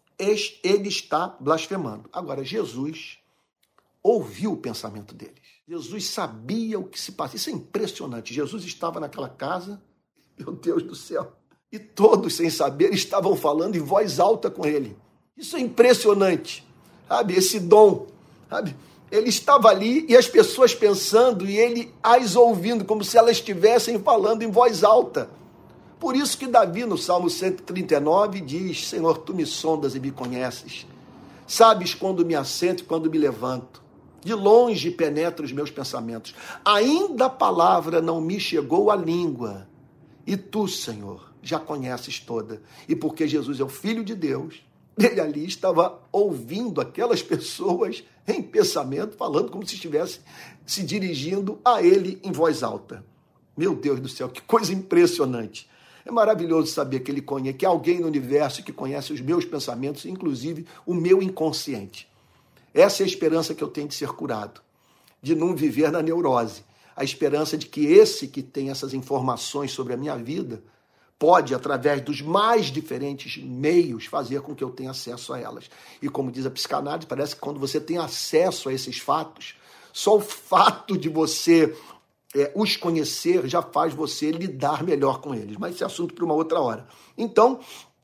Ele está blasfemando. Agora, Jesus ouviu o pensamento deles. Jesus sabia o que se passava. Isso é impressionante. Jesus estava naquela casa, meu Deus do céu, e todos, sem saber, estavam falando em voz alta com ele. Isso é impressionante, sabe? Esse dom, sabe? Ele estava ali e as pessoas pensando e ele as ouvindo, como se elas estivessem falando em voz alta. Por isso que Davi, no Salmo cento e trinta e nove, diz, Senhor, tu me sondas e me conheces. Sabes quando me assento e quando me levanto. De longe penetra os meus pensamentos. Ainda a palavra não me chegou à língua. E tu, Senhor, já conheces toda. E porque Jesus é o Filho de Deus, ele ali estava ouvindo aquelas pessoas em pensamento, falando como se estivesse se dirigindo a ele em voz alta. Meu Deus do céu, que coisa impressionante. É maravilhoso saber que ele conhece, que há alguém no universo que conhece os meus pensamentos, inclusive o meu inconsciente. Essa é a esperança que eu tenho de ser curado, de não viver na neurose. A esperança de que esse que tem essas informações sobre a minha vida pode, através dos mais diferentes meios, fazer com que eu tenha acesso a elas. E como diz a psicanálise, parece que quando você tem acesso a esses fatos, só o fato de você é, os conhecer já faz você lidar melhor com eles. Mas esse é assunto para uma outra hora. Então,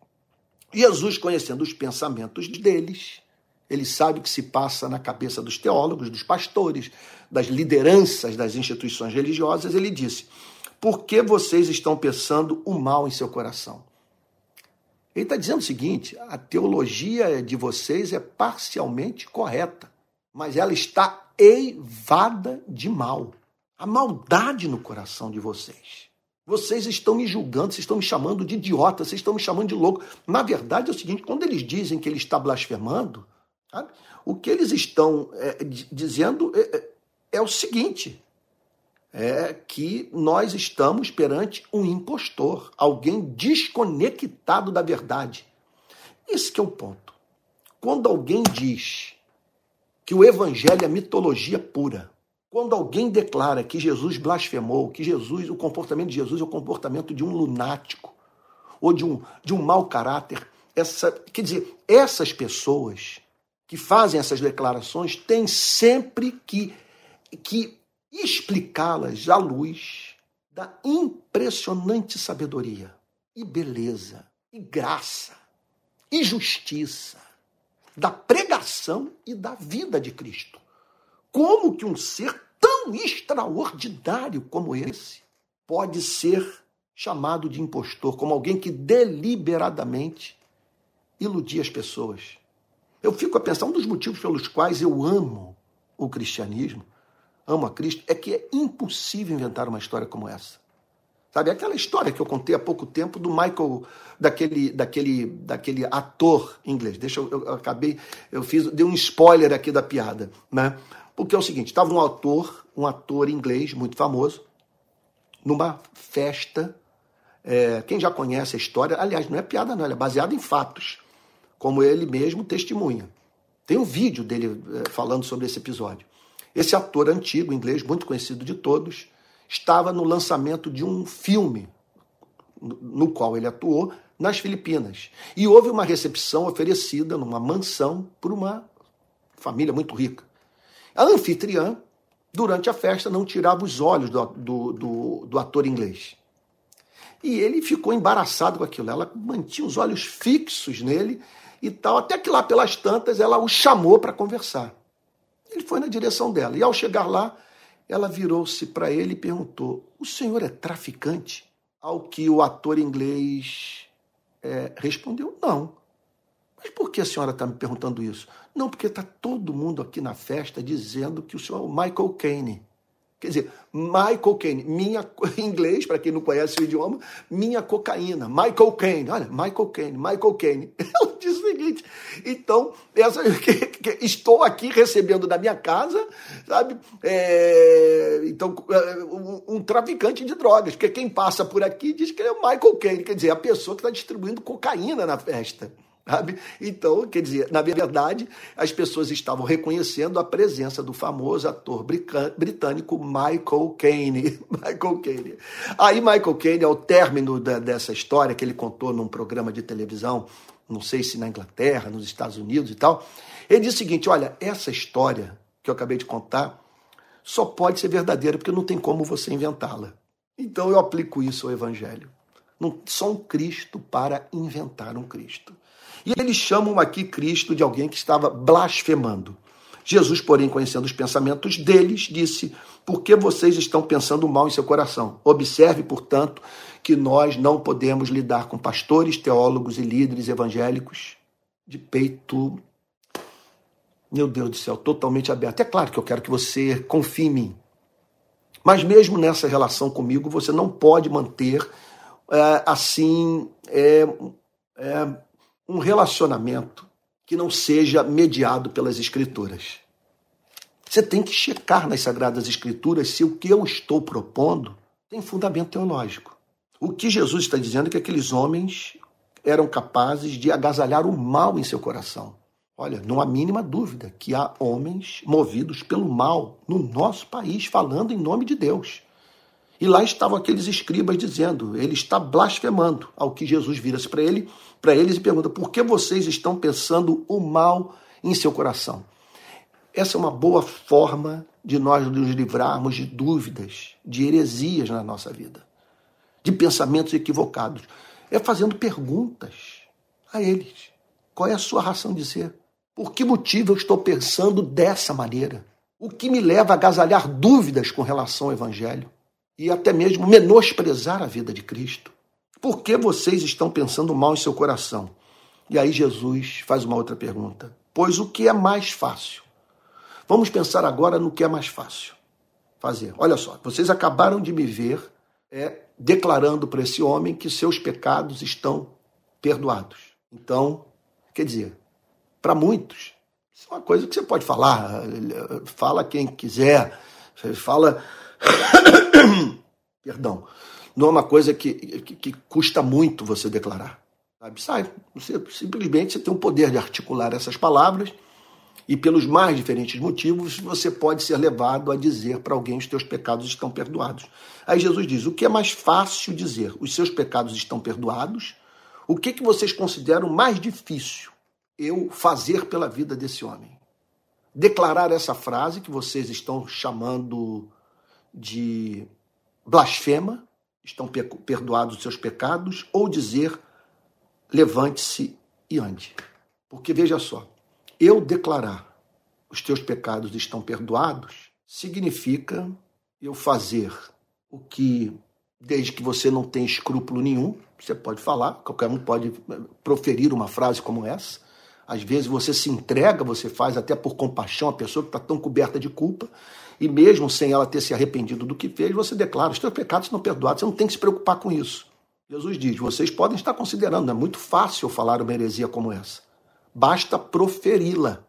Jesus, conhecendo os pensamentos deles, ele sabe o que se passa na cabeça dos teólogos, dos pastores, das lideranças das instituições religiosas. Ele disse, por que vocês estão pensando o mal em seu coração? Ele está dizendo o seguinte, a teologia de vocês é parcialmente correta, mas ela está eivada de mal. Há maldade no coração de vocês. Vocês estão me julgando, vocês estão me chamando de idiota, vocês estão me chamando de louco. Na verdade é o seguinte, quando eles dizem que ele está blasfemando, sabe, o que eles estão é, dizendo é, é o seguinte, é que nós estamos perante um impostor, alguém desconectado da verdade. Esse que é o ponto. Quando alguém diz que o evangelho é mitologia pura, quando alguém declara que Jesus blasfemou, que Jesus, o comportamento de Jesus é o comportamento de um lunático ou de um, de um mau caráter, essa, quer dizer, essas pessoas que fazem essas declarações têm sempre que, que explicá-las à luz da impressionante sabedoria e beleza e graça e justiça da pregação e da vida de Cristo. Como que um ser tão extraordinário como esse pode ser chamado de impostor, como alguém que deliberadamente iludia as pessoas? Eu fico a pensar, um dos motivos pelos quais eu amo o cristianismo, amo a Cristo, é que é impossível inventar uma história como essa. Sabe, aquela história que eu contei há pouco tempo do Michael, daquele, daquele, daquele ator inglês. Deixa eu, eu acabei, eu fiz, dei um spoiler aqui da piada, né? Porque é o seguinte, estava um ator, um ator inglês muito famoso, numa festa, é, quem já conhece a história, aliás, não é piada não, ela é baseada em fatos, como ele mesmo testemunha. Tem um vídeo dele é, falando sobre esse episódio. Esse ator antigo, inglês, muito conhecido de todos, estava no lançamento de um filme no qual ele atuou nas Filipinas. E houve uma recepção oferecida numa mansão por uma família muito rica. A anfitriã, durante a festa, não tirava os olhos do, do, do, do ator inglês. E ele ficou embaraçado com aquilo. Ela mantinha os olhos fixos nele e tal, até que lá pelas tantas ela o chamou para conversar. Ele foi na direção dela. E ao chegar lá, ela virou-se para ele e perguntou: o senhor é traficante? Ao que o ator inglês é, respondeu: não. Mas por que a senhora está me perguntando isso? Não, porque está todo mundo aqui na festa dizendo que o senhor é o Michael Caine. Quer dizer, Michael Caine, minha, em inglês, para quem não conhece o idioma, minha cocaína, Michael Caine, olha, Michael Caine, Michael Caine. Ela diz o seguinte, então, essa, que, que, estou aqui recebendo da minha casa, sabe, é, então, um, um traficante de drogas, porque quem passa por aqui diz que ele é o Michael Caine, quer dizer, a pessoa que está distribuindo cocaína na festa. Sabe? Então, quer dizer, na verdade, as pessoas estavam reconhecendo a presença do famoso ator britânico Michael Caine. Michael Caine. Aí Michael Caine, ao término da, dessa história que ele contou num programa de televisão, não sei se na Inglaterra, nos Estados Unidos e tal, ele disse o seguinte: olha, essa história que eu acabei de contar só pode ser verdadeira porque não tem como você inventá-la. Então eu aplico isso ao Evangelho. Não, só um Cristo para inventar um Cristo. E eles chamam aqui Cristo de alguém que estava blasfemando. Jesus, porém, conhecendo os pensamentos deles, disse: por que vocês estão pensando mal em seu coração? Observe, portanto, que nós não podemos lidar com pastores, teólogos e líderes evangélicos de peito, meu Deus do céu, totalmente aberto. É claro que eu quero que você confie em mim. Mas mesmo nessa relação comigo, você não pode manter, é, assim, é, é, um relacionamento que não seja mediado pelas Escrituras. Você tem que checar nas Sagradas Escrituras se o que eu estou propondo tem fundamento teológico. O que Jesus está dizendo é que aqueles homens eram capazes de agasalhar o mal em seu coração. Olha, não há mínima dúvida que há homens movidos pelo mal no nosso país, falando em nome de Deus. E lá estavam aqueles escribas dizendo: ele está blasfemando. Ao que Jesus vira-se para ele, para eles e pergunta: por que vocês estão pensando o mal em seu coração? Essa é uma boa forma de nós nos livrarmos de dúvidas, de heresias na nossa vida, de pensamentos equivocados. É fazendo perguntas a eles. Qual é a sua razão de ser? Por que motivo eu estou pensando dessa maneira? O que me leva a agasalhar dúvidas com relação ao Evangelho? E até mesmo menosprezar a vida de Cristo. Por que vocês estão pensando mal em seu coração? E aí Jesus faz uma outra pergunta. Pois o que é mais fácil? Vamos pensar agora no que é mais fácil fazer. Olha só, vocês acabaram de me ver é, declarando para esse homem que seus pecados estão perdoados. Então, quer dizer, para muitos, isso é uma coisa que você pode falar, fala quem quiser, fala, perdão, não é uma coisa que, que, que custa muito você declarar. Sabe? Sai, você, simplesmente você tem o poder de articular essas palavras e pelos mais diferentes motivos você pode ser levado a dizer para alguém os teus pecados estão perdoados. Aí Jesus diz, o que é mais fácil dizer? Os seus pecados estão perdoados? O que, que vocês consideram mais difícil eu fazer pela vida desse homem? Declarar essa frase que vocês estão chamando de blasfema, estão perdoados os seus pecados, ou dizer, levante-se e ande. Porque veja só, eu declarar os teus pecados estão perdoados significa eu fazer o que, desde que você não tenha escrúpulo nenhum, você pode falar, qualquer um pode proferir uma frase como essa. Às vezes você se entrega, você faz até por compaixão a pessoa que está tão coberta de culpa, e mesmo sem ela ter se arrependido do que fez, você declara, os teus pecados estão perdoados, você não tem que se preocupar com isso. Jesus diz, vocês podem estar considerando, não é muito fácil falar uma heresia como essa. Basta proferi-la.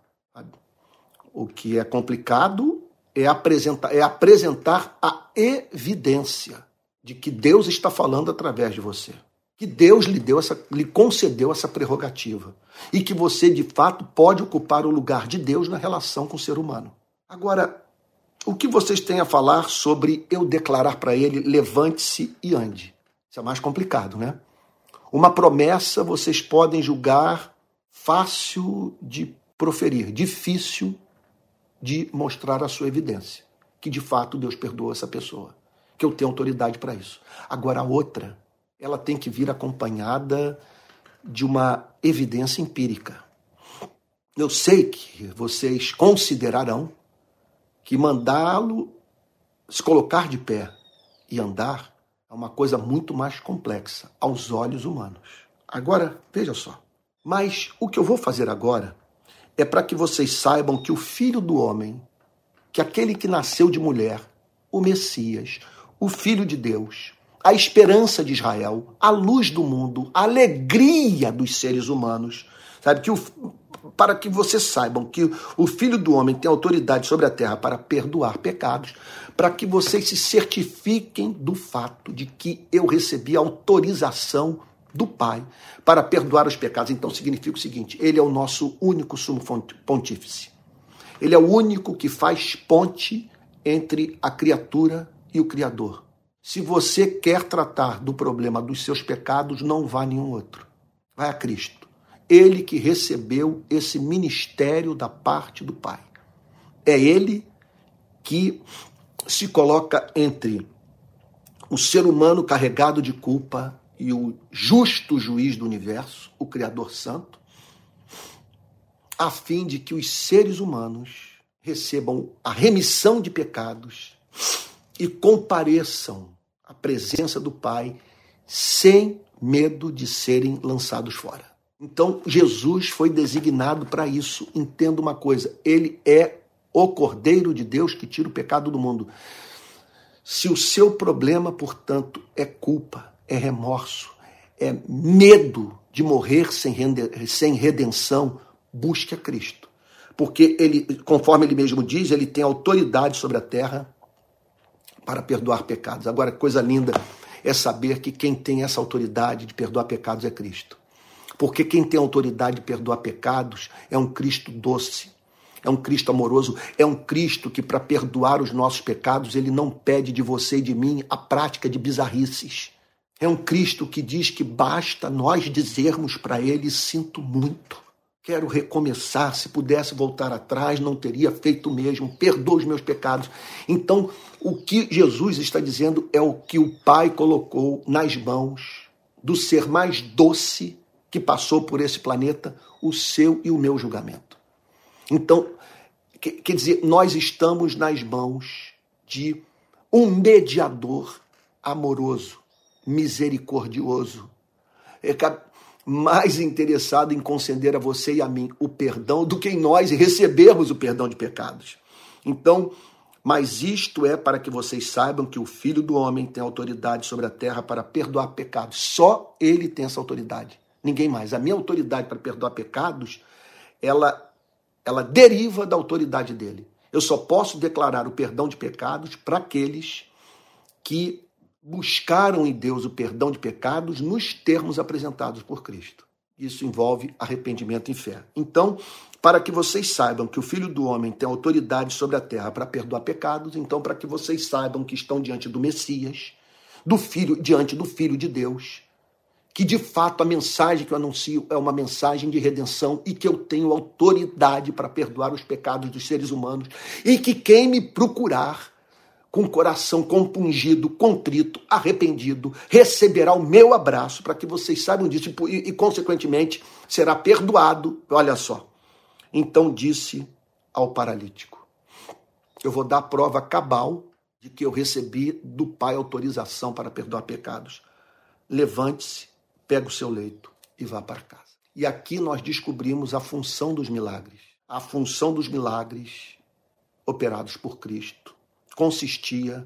O que é complicado é apresentar, é apresentar a evidência de que Deus está falando através de você. Que Deus lhe deu essa, lhe concedeu essa prerrogativa. E que você, de fato, pode ocupar o lugar de Deus na relação com o ser humano. Agora, o que vocês têm a falar sobre eu declarar para ele, levante-se e ande? Isso é mais complicado, né? Uma promessa vocês podem julgar fácil de proferir, difícil de mostrar a sua evidência. Que, de fato, Deus perdoou essa pessoa. Que eu tenho autoridade para isso. Agora, a outra, ela tem que vir acompanhada de uma evidência empírica. Eu sei que vocês considerarão que mandá-lo se colocar de pé e andar é uma coisa muito mais complexa aos olhos humanos. Agora, veja só. Mas o que eu vou fazer agora é para que vocês saibam que o Filho do Homem, que aquele que nasceu de mulher, o Messias, o Filho de Deus, a esperança de Israel, a luz do mundo, a alegria dos seres humanos, sabe, que o, para que vocês saibam que o Filho do Homem tem autoridade sobre a terra para perdoar pecados, para que vocês se certifiquem do fato de que eu recebi autorização do Pai para perdoar os pecados. Então significa o seguinte, ele é o nosso único sumo pontífice. Ele é o único que faz ponte entre a criatura e o Criador. Se você quer tratar do problema dos seus pecados, não vá a nenhum outro. Vai a Cristo. Ele que recebeu esse ministério da parte do Pai. É ele que se coloca entre o ser humano carregado de culpa e o justo juiz do universo, o Criador Santo, a fim de que os seres humanos recebam a remissão de pecados e compareçam à presença do Pai sem medo de serem lançados fora. Então, Jesus foi designado para isso. Entenda uma coisa, ele é o Cordeiro de Deus que tira o pecado do mundo. Se o seu problema, portanto, é culpa, é remorso, é medo de morrer sem, rende- sem redenção, busque a Cristo. Porque ele, conforme ele mesmo diz, ele tem autoridade sobre a terra para perdoar pecados. Agora, coisa linda é saber que quem tem essa autoridade de perdoar pecados é Cristo. Porque quem tem autoridade de perdoar pecados é um Cristo doce, é um Cristo amoroso, é um Cristo que, para perdoar os nossos pecados, ele não pede de você e de mim a prática de bizarrices. É um Cristo que diz que basta nós dizermos para ele, sinto muito, quero recomeçar, se pudesse voltar atrás, não teria feito o mesmo, perdoa os meus pecados. Então, o que Jesus está dizendo é o que o Pai colocou nas mãos do ser mais doce que passou por esse planeta, o seu e o meu julgamento. Então, quer dizer, nós estamos nas mãos de um mediador amoroso, misericordioso, é mais interessado em conceder a você e a mim o perdão do que em nós recebermos o perdão de pecados. Então, Mas isto é para que vocês saibam que o Filho do Homem tem autoridade sobre a terra para perdoar pecados. Só ele tem essa autoridade, ninguém mais. A minha autoridade para perdoar pecados, ela, ela deriva da autoridade dele. Eu só posso declarar o perdão de pecados para aqueles que buscaram em Deus o perdão de pecados nos termos apresentados por Cristo. Isso envolve arrependimento e fé. Então, para que vocês saibam que o Filho do Homem tem autoridade sobre a terra para perdoar pecados, então para que vocês saibam que estão diante do Messias, do Filho, diante do Filho de Deus, que de fato a mensagem que eu anuncio é uma mensagem de redenção e que eu tenho autoridade para perdoar os pecados dos seres humanos e que quem me procurar com o coração compungido, contrito, arrependido, receberá o meu abraço para que vocês saibam disso e, e, consequentemente, será perdoado. Olha só. Então disse ao paralítico: eu vou dar prova cabal de que eu recebi do Pai autorização para perdoar pecados. Levante-se, pega o seu leito e vá para casa. E aqui nós descobrimos a função dos milagres. A função dos milagres operados por Cristo consistia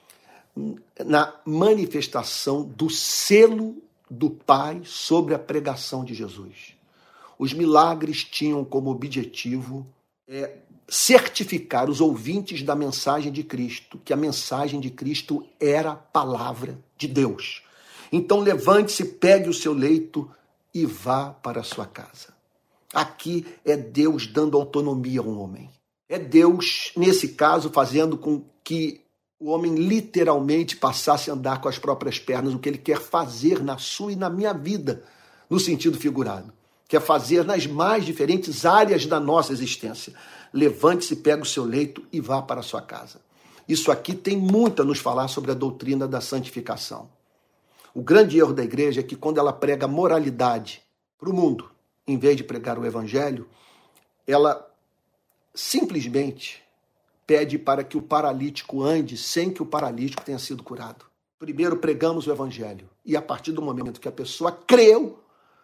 na manifestação do selo do Pai sobre a pregação de Jesus. Os milagres tinham como objetivo é, certificar os ouvintes da mensagem de Cristo, que a mensagem de Cristo era a palavra de Deus. Então levante-se, pegue o seu leito e vá para a sua casa. Aqui é Deus dando autonomia a um homem. É Deus, nesse caso, fazendo com que o homem literalmente passasse a andar com as próprias pernas, o que ele quer fazer na sua e na minha vida, no sentido figurado. Quer fazer nas mais diferentes áreas da nossa existência. Levante-se, pega o seu leito e vá para a sua casa. Isso aqui tem muito a nos falar sobre a doutrina da santificação. O grande erro da igreja é que quando ela prega moralidade para o mundo, em vez de pregar o evangelho, ela simplesmente pede para que o paralítico ande sem que o paralítico tenha sido curado. Primeiro pregamos o evangelho e a partir do momento que a pessoa creu,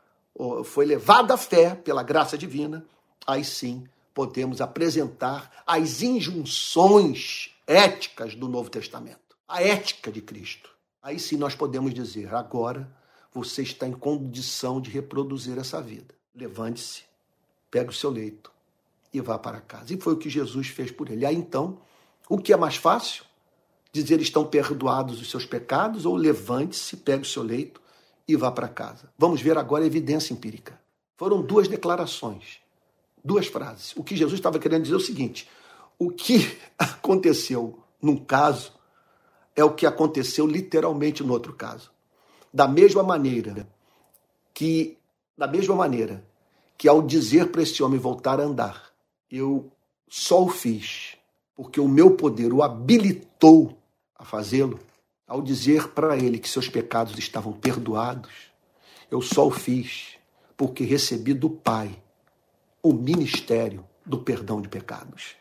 foi levada à fé pela graça divina, aí sim podemos apresentar as injunções éticas do Novo Testamento, a ética de Cristo. Aí sim nós podemos dizer: agora você está em condição de reproduzir essa vida. Levante-se, pegue o seu leito e vá para casa. E foi o que Jesus fez por ele. Aí então, o que é mais fácil? Dizer estão perdoados os seus pecados ou levante-se, pegue o seu leito e vá para casa. Vamos ver agora a evidência empírica. Foram duas declarações, duas frases. O que Jesus estava querendo dizer é o seguinte: o que aconteceu num caso é o que aconteceu literalmente no outro caso. Da mesma maneira que, da mesma maneira que ao dizer para esse homem voltar a andar, eu só o fiz porque o meu poder o habilitou a fazê-lo, ao dizer para ele que seus pecados estavam perdoados, eu só o fiz porque recebi do Pai o ministério do perdão de pecados.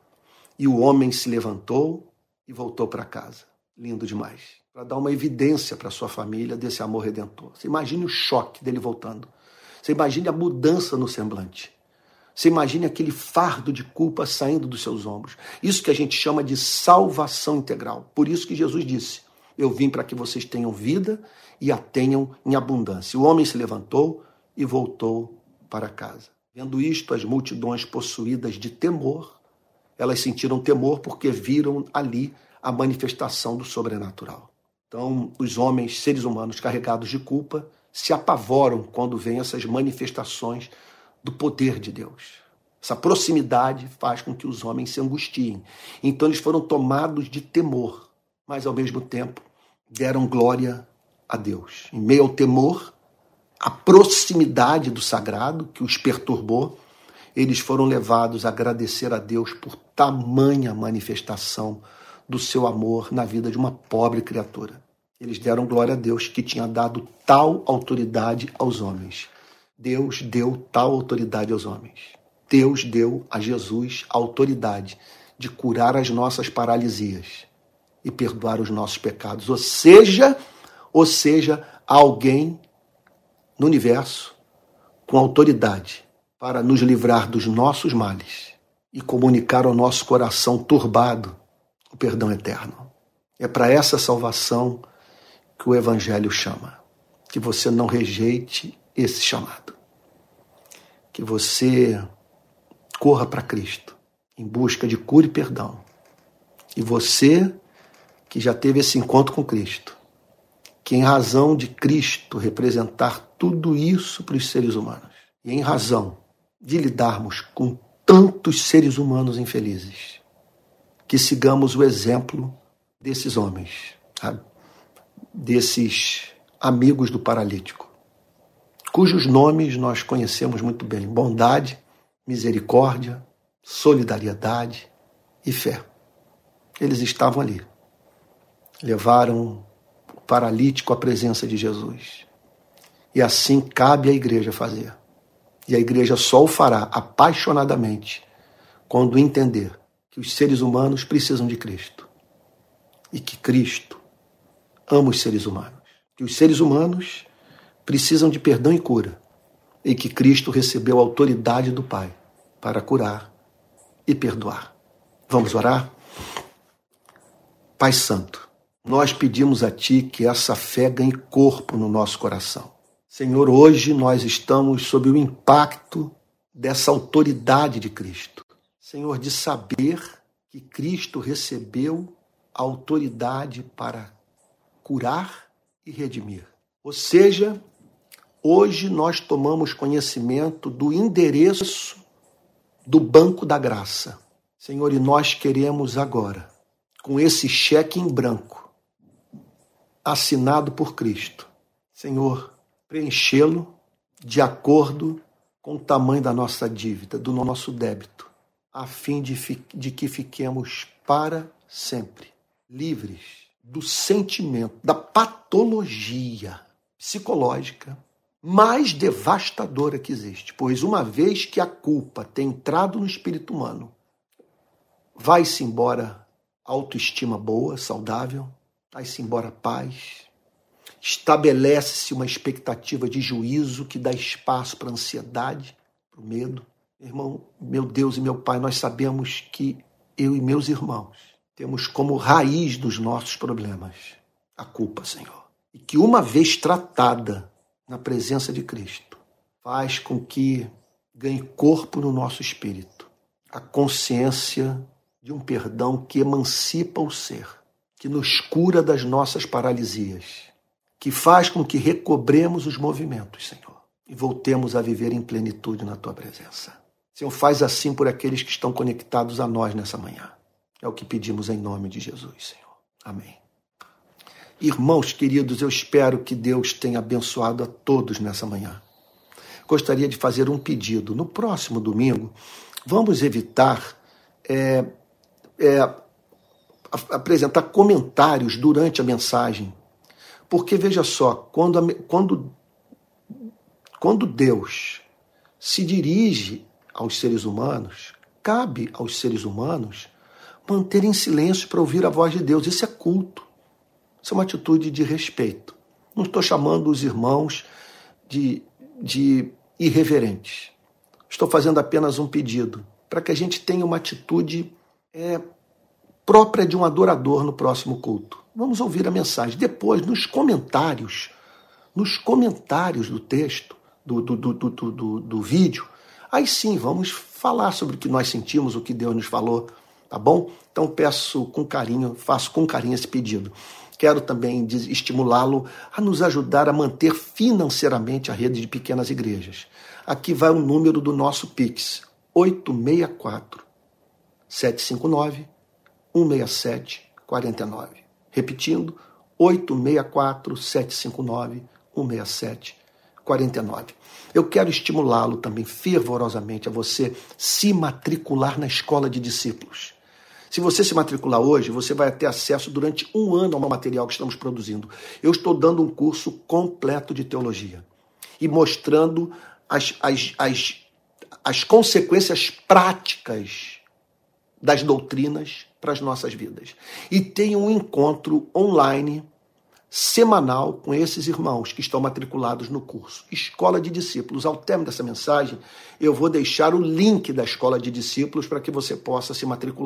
E o homem se levantou e voltou para casa. Lindo demais. Para dar uma evidência para sua família desse amor redentor. Você imagine o choque dele voltando. Você imagine a mudança no semblante. Você imagine aquele fardo de culpa saindo dos seus ombros. Isso que a gente chama de salvação integral. Por isso que Jesus disse: eu vim para que vocês tenham vida e a tenham em abundância. O homem se levantou e voltou para casa. Vendo isto, as multidões possuídas de temor, elas sentiram temor porque viram ali a manifestação do sobrenatural. Então, os homens, seres humanos carregados de culpa, se apavoram quando veem essas manifestações do poder de Deus. Essa proximidade faz com que os homens se angustiem. Então eles foram tomados de temor, mas ao mesmo tempo deram glória a Deus. Em meio ao temor, a proximidade do sagrado que os perturbou, eles foram levados a agradecer a Deus por tamanha manifestação do seu amor na vida de uma pobre criatura. Eles deram glória a Deus que tinha dado tal autoridade aos homens. Deus deu tal autoridade aos homens. Deus deu a Jesus a autoridade de curar as nossas paralisias e perdoar os nossos pecados. Ou seja, ou seja, alguém no universo com autoridade para nos livrar dos nossos males e comunicar ao nosso coração turbado o perdão eterno. É para essa salvação que o Evangelho chama. Que você não rejeite esse chamado. Que você corra para Cristo em busca de cura e perdão. E você que já teve esse encontro com Cristo, que em razão de Cristo representar tudo isso para os seres humanos, e em razão de lidarmos com tantos seres humanos infelizes, que sigamos o exemplo desses homens, sabe? Desses amigos do paralítico, cujos nomes nós conhecemos muito bem: bondade, misericórdia, solidariedade e fé. Eles estavam ali, levaram o paralítico à presença de Jesus. E assim cabe à igreja fazer. E a igreja só o fará apaixonadamente quando entender que os seres humanos precisam de Cristo. E que Cristo ama os seres humanos. Que os seres humanos precisam de perdão e cura. E que Cristo recebeu a autoridade do Pai para curar e perdoar. Vamos orar? Pai Santo, nós pedimos a Ti que essa fé ganhe corpo no nosso coração. Senhor, hoje nós estamos sob o impacto dessa autoridade de Cristo. Senhor, de saber que Cristo recebeu a autoridade para curar e redimir. Ou seja, hoje nós tomamos conhecimento do endereço do banco da graça. Senhor, e nós queremos agora, com esse cheque em branco, assinado por Cristo, Senhor, preenchê-lo de acordo com o tamanho da nossa dívida, do nosso débito, a fim de, de que fiquemos para sempre livres do sentimento, da patologia psicológica mais devastadora que existe. Pois uma vez que a culpa tem entrado no espírito humano, vai-se embora autoestima boa, saudável, vai-se embora paz, estabelece-se uma expectativa de juízo que dá espaço para a ansiedade, para o medo. Irmão, meu Deus e meu Pai, nós sabemos que eu e meus irmãos temos como raiz dos nossos problemas a culpa, Senhor. E que uma vez tratada na presença de Cristo, faz com que ganhe corpo no nosso espírito a consciência de um perdão que emancipa o ser, que nos cura das nossas paralisias, que faz com que recobremos os movimentos, Senhor, e voltemos a viver em plenitude na Tua presença. Senhor, faz assim por aqueles que estão conectados a nós nessa manhã. É o que pedimos em nome de Jesus, Senhor. Amém. Irmãos queridos, eu espero que Deus tenha abençoado a todos nessa manhã. Gostaria de fazer um pedido. No próximo domingo, vamos evitar é, é, apresentar comentários durante a mensagem. Porque, veja só, quando, a, quando, quando Deus se dirige aos seres humanos, cabe aos seres humanos manterem silêncio para ouvir a voz de Deus. Isso é culto. Isso é uma atitude de respeito. Não estou chamando os irmãos de, de irreverentes. Estou fazendo apenas um pedido para que a gente tenha uma atitude é, própria de um adorador no próximo culto. Vamos ouvir a mensagem. Depois, nos comentários, nos comentários do texto, do, do, do, do, do, do vídeo, aí sim vamos falar sobre o que nós sentimos, o que Deus nos falou, tá bom? Então peço com carinho, faço com carinho esse pedido. Quero também estimulá-lo a nos ajudar a manter financeiramente a rede de pequenas igrejas. Aqui vai o número do nosso Pix, oito seis quatro, sete cinco nove, um seis sete quatro nove. Repetindo, oito seis quatro, sete cinco nove, um seis sete quatro nove. Eu quero estimulá-lo também fervorosamente a você se matricular na escola de discípulos. Se você se matricular hoje, você vai ter acesso durante um ano ao material que estamos produzindo. Eu estou dando um curso completo de teologia e mostrando as, as, as, as consequências práticas das doutrinas para as nossas vidas. E tem um encontro online semanal com esses irmãos que estão matriculados no curso Escola de Discípulos. Ao término dessa mensagem, eu vou deixar o link da Escola de Discípulos para que você possa se matricular.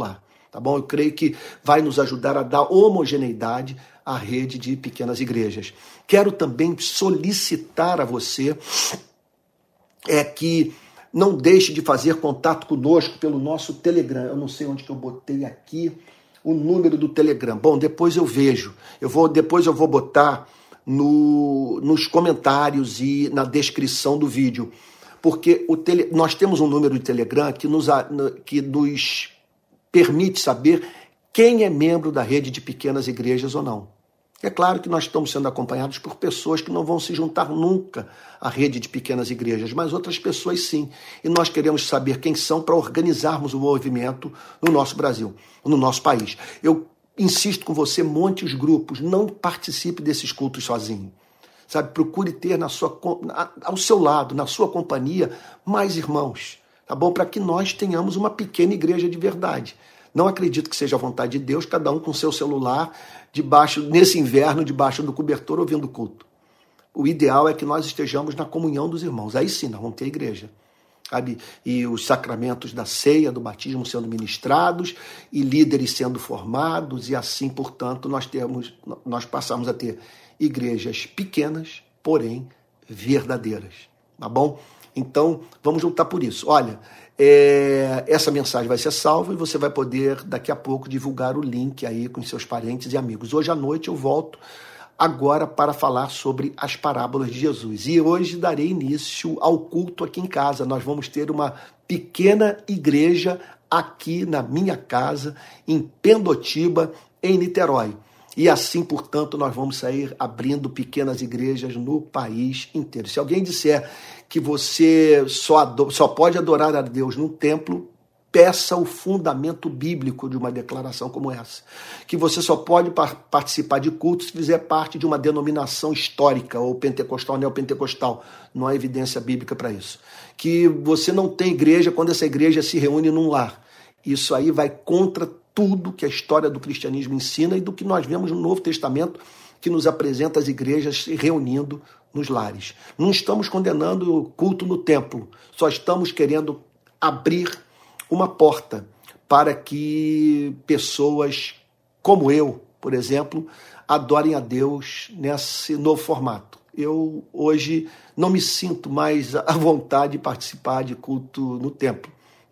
tá bom? Eu creio que vai nos ajudar a dar homogeneidade à rede de pequenas igrejas. Quero também solicitar a você é que não deixe de fazer contato conosco pelo nosso Telegram. Eu não sei onde que eu botei aqui o número do Telegram. Bom, depois eu vejo. Eu vou, depois eu vou botar no, nos comentários e na descrição do vídeo. Porque o tele, nós temos um número de Telegram que nos, que nos permite saber quem é membro da rede de pequenas igrejas ou não. É claro que nós estamos sendo acompanhados por pessoas que não vão se juntar nunca à rede de pequenas igrejas, mas outras pessoas sim. E nós queremos saber quem são para organizarmos o movimento no nosso Brasil, no nosso país. Eu insisto com você, monte os grupos, não participe desses cultos sozinho. Sabe, procure ter na sua, ao seu lado, na sua companhia, mais irmãos, tá bom? Para que nós tenhamos uma pequena igreja de verdade. Não acredito que seja a vontade de Deus, cada um com seu celular, debaixo, nesse inverno, debaixo do cobertor, ouvindo o culto. O ideal é que nós estejamos na comunhão dos irmãos. Aí sim, nós vamos ter igreja. Sabe? E os sacramentos da ceia, do batismo sendo ministrados, e líderes sendo formados, e assim, portanto, nós, temos, nós passamos a ter igrejas pequenas, porém verdadeiras. Tá bom? Então, vamos lutar por isso. Olha, é, essa mensagem vai ser salva e você vai poder, daqui a pouco, divulgar o link aí com seus parentes e amigos. Hoje à noite eu volto agora para falar sobre as parábolas de Jesus. E hoje darei início ao culto aqui em casa. Nós vamos ter uma pequena igreja aqui na minha casa, em Pendotiba, em Niterói. E assim, portanto, nós vamos sair abrindo pequenas igrejas no país inteiro. Se alguém disser que você só, adora, só pode adorar a Deus num templo, peça o fundamento bíblico de uma declaração como essa. Que você só pode par- participar de cultos se fizer parte de uma denominação histórica, ou pentecostal, neopentecostal. Não há evidência bíblica para isso. Que você não tem igreja quando essa igreja se reúne num lar. Isso aí vai contra tudo que a história do cristianismo ensina e do que nós vemos no Novo Testamento, que nos apresenta as igrejas se reunindo nos lares. Não estamos condenando o culto no templo, só estamos querendo abrir uma porta para que pessoas como eu, por exemplo, adorem a Deus nesse novo formato. Eu hoje não me sinto mais à vontade de participar de culto no templo.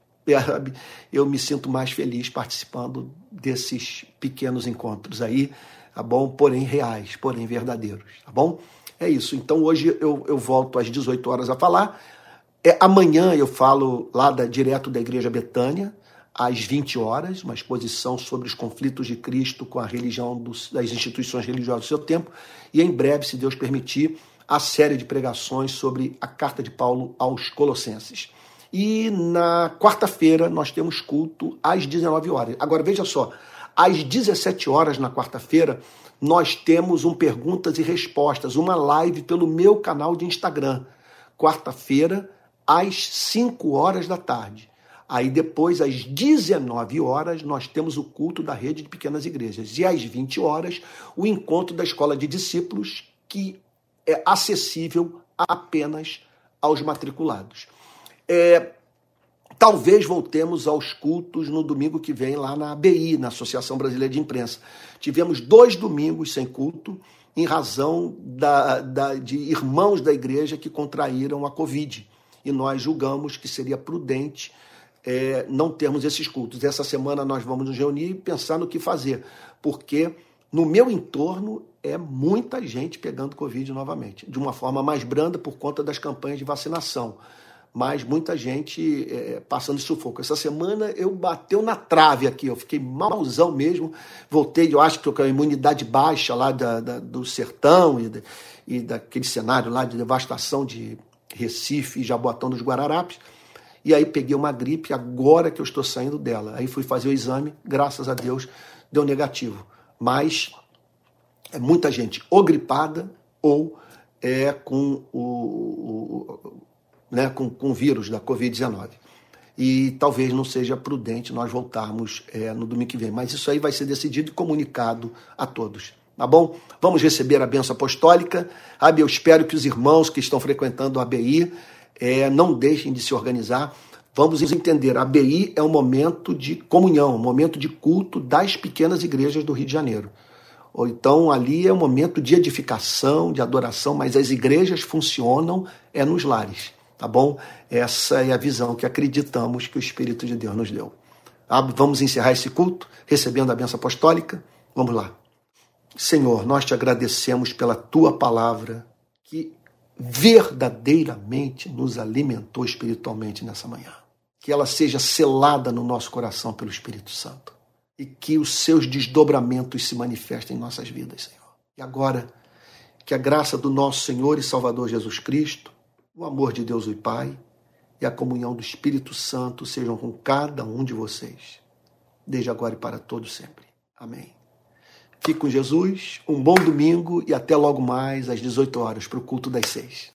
Eu me sinto mais feliz participando desses pequenos encontros aí, tá bom? Porém reais, porém verdadeiros, tá bom? É isso. Então hoje eu, eu volto às dezoito horas a falar. É, amanhã eu falo lá da, direto da Igreja Betânia, às vinte horas, uma exposição sobre os conflitos de Cristo com a religião dos, das instituições religiosas do seu tempo. E em breve, se Deus permitir, a série de pregações sobre a carta de Paulo aos Colossenses. E na quarta-feira nós temos culto às dezenove horas. Agora, veja só, às dezessete horas na quarta-feira, nós temos um perguntas e respostas, uma live pelo meu canal de Instagram. Quarta-feira, às cinco horas da tarde. Aí depois, às dezenove horas, nós temos o culto da rede de pequenas igrejas. E às vinte horas, o encontro da escola de discípulos, que é acessível apenas aos matriculados. É, talvez voltemos aos cultos no domingo que vem lá na A B I, na Associação Brasileira de Imprensa. Tivemos dois domingos sem culto em razão da, da, de irmãos da igreja que contraíram a Covid. E nós julgamos que seria prudente é, não termos esses cultos. Essa semana nós vamos nos reunir e pensar no que fazer, porque no meu entorno é muita gente pegando Covid novamente, de uma forma mais branda por conta das campanhas de vacinação. Mas muita gente é, passando sufoco. Essa semana eu bateu na trave aqui, eu fiquei malzão mesmo, voltei, eu acho que com a imunidade baixa lá da, da, do sertão e, da, e daquele cenário lá de devastação de Recife e Jaboatão dos Guararapes, e aí peguei uma gripe, agora que eu estou saindo dela. Aí fui fazer o exame, graças a Deus, deu negativo. Mas é muita gente ou gripada ou é, com o... o Né, com, com o vírus da covid dezenove. E talvez não seja prudente nós voltarmos é, no domingo que vem. Mas isso aí vai ser decidido e comunicado a todos. Tá bom? Vamos receber a bênção apostólica. Eu espero que os irmãos que estão frequentando a A B I é, não deixem de se organizar Vamos entender, a B I é um momento de comunhão, um momento de culto das pequenas igrejas do Rio de Janeiro. Ou então ali é um momento de edificação, de adoração, mas as igrejas funcionam é nos lares, tá bom? Essa é a visão que acreditamos que o Espírito de Deus nos deu. Vamos encerrar esse culto recebendo a bênção apostólica? Vamos lá. Senhor, nós te agradecemos pela tua palavra que verdadeiramente nos alimentou espiritualmente nessa manhã. Que ela seja selada no nosso coração pelo Espírito Santo e que os seus desdobramentos se manifestem em nossas vidas, Senhor. E agora, que a graça do nosso Senhor e Salvador Jesus Cristo, o amor de Deus o Pai e a comunhão do Espírito Santo sejam com cada um de vocês, desde agora e para todos sempre. Amém. Fique com Jesus, um bom domingo e até logo mais às dezoito horas para o culto das seis.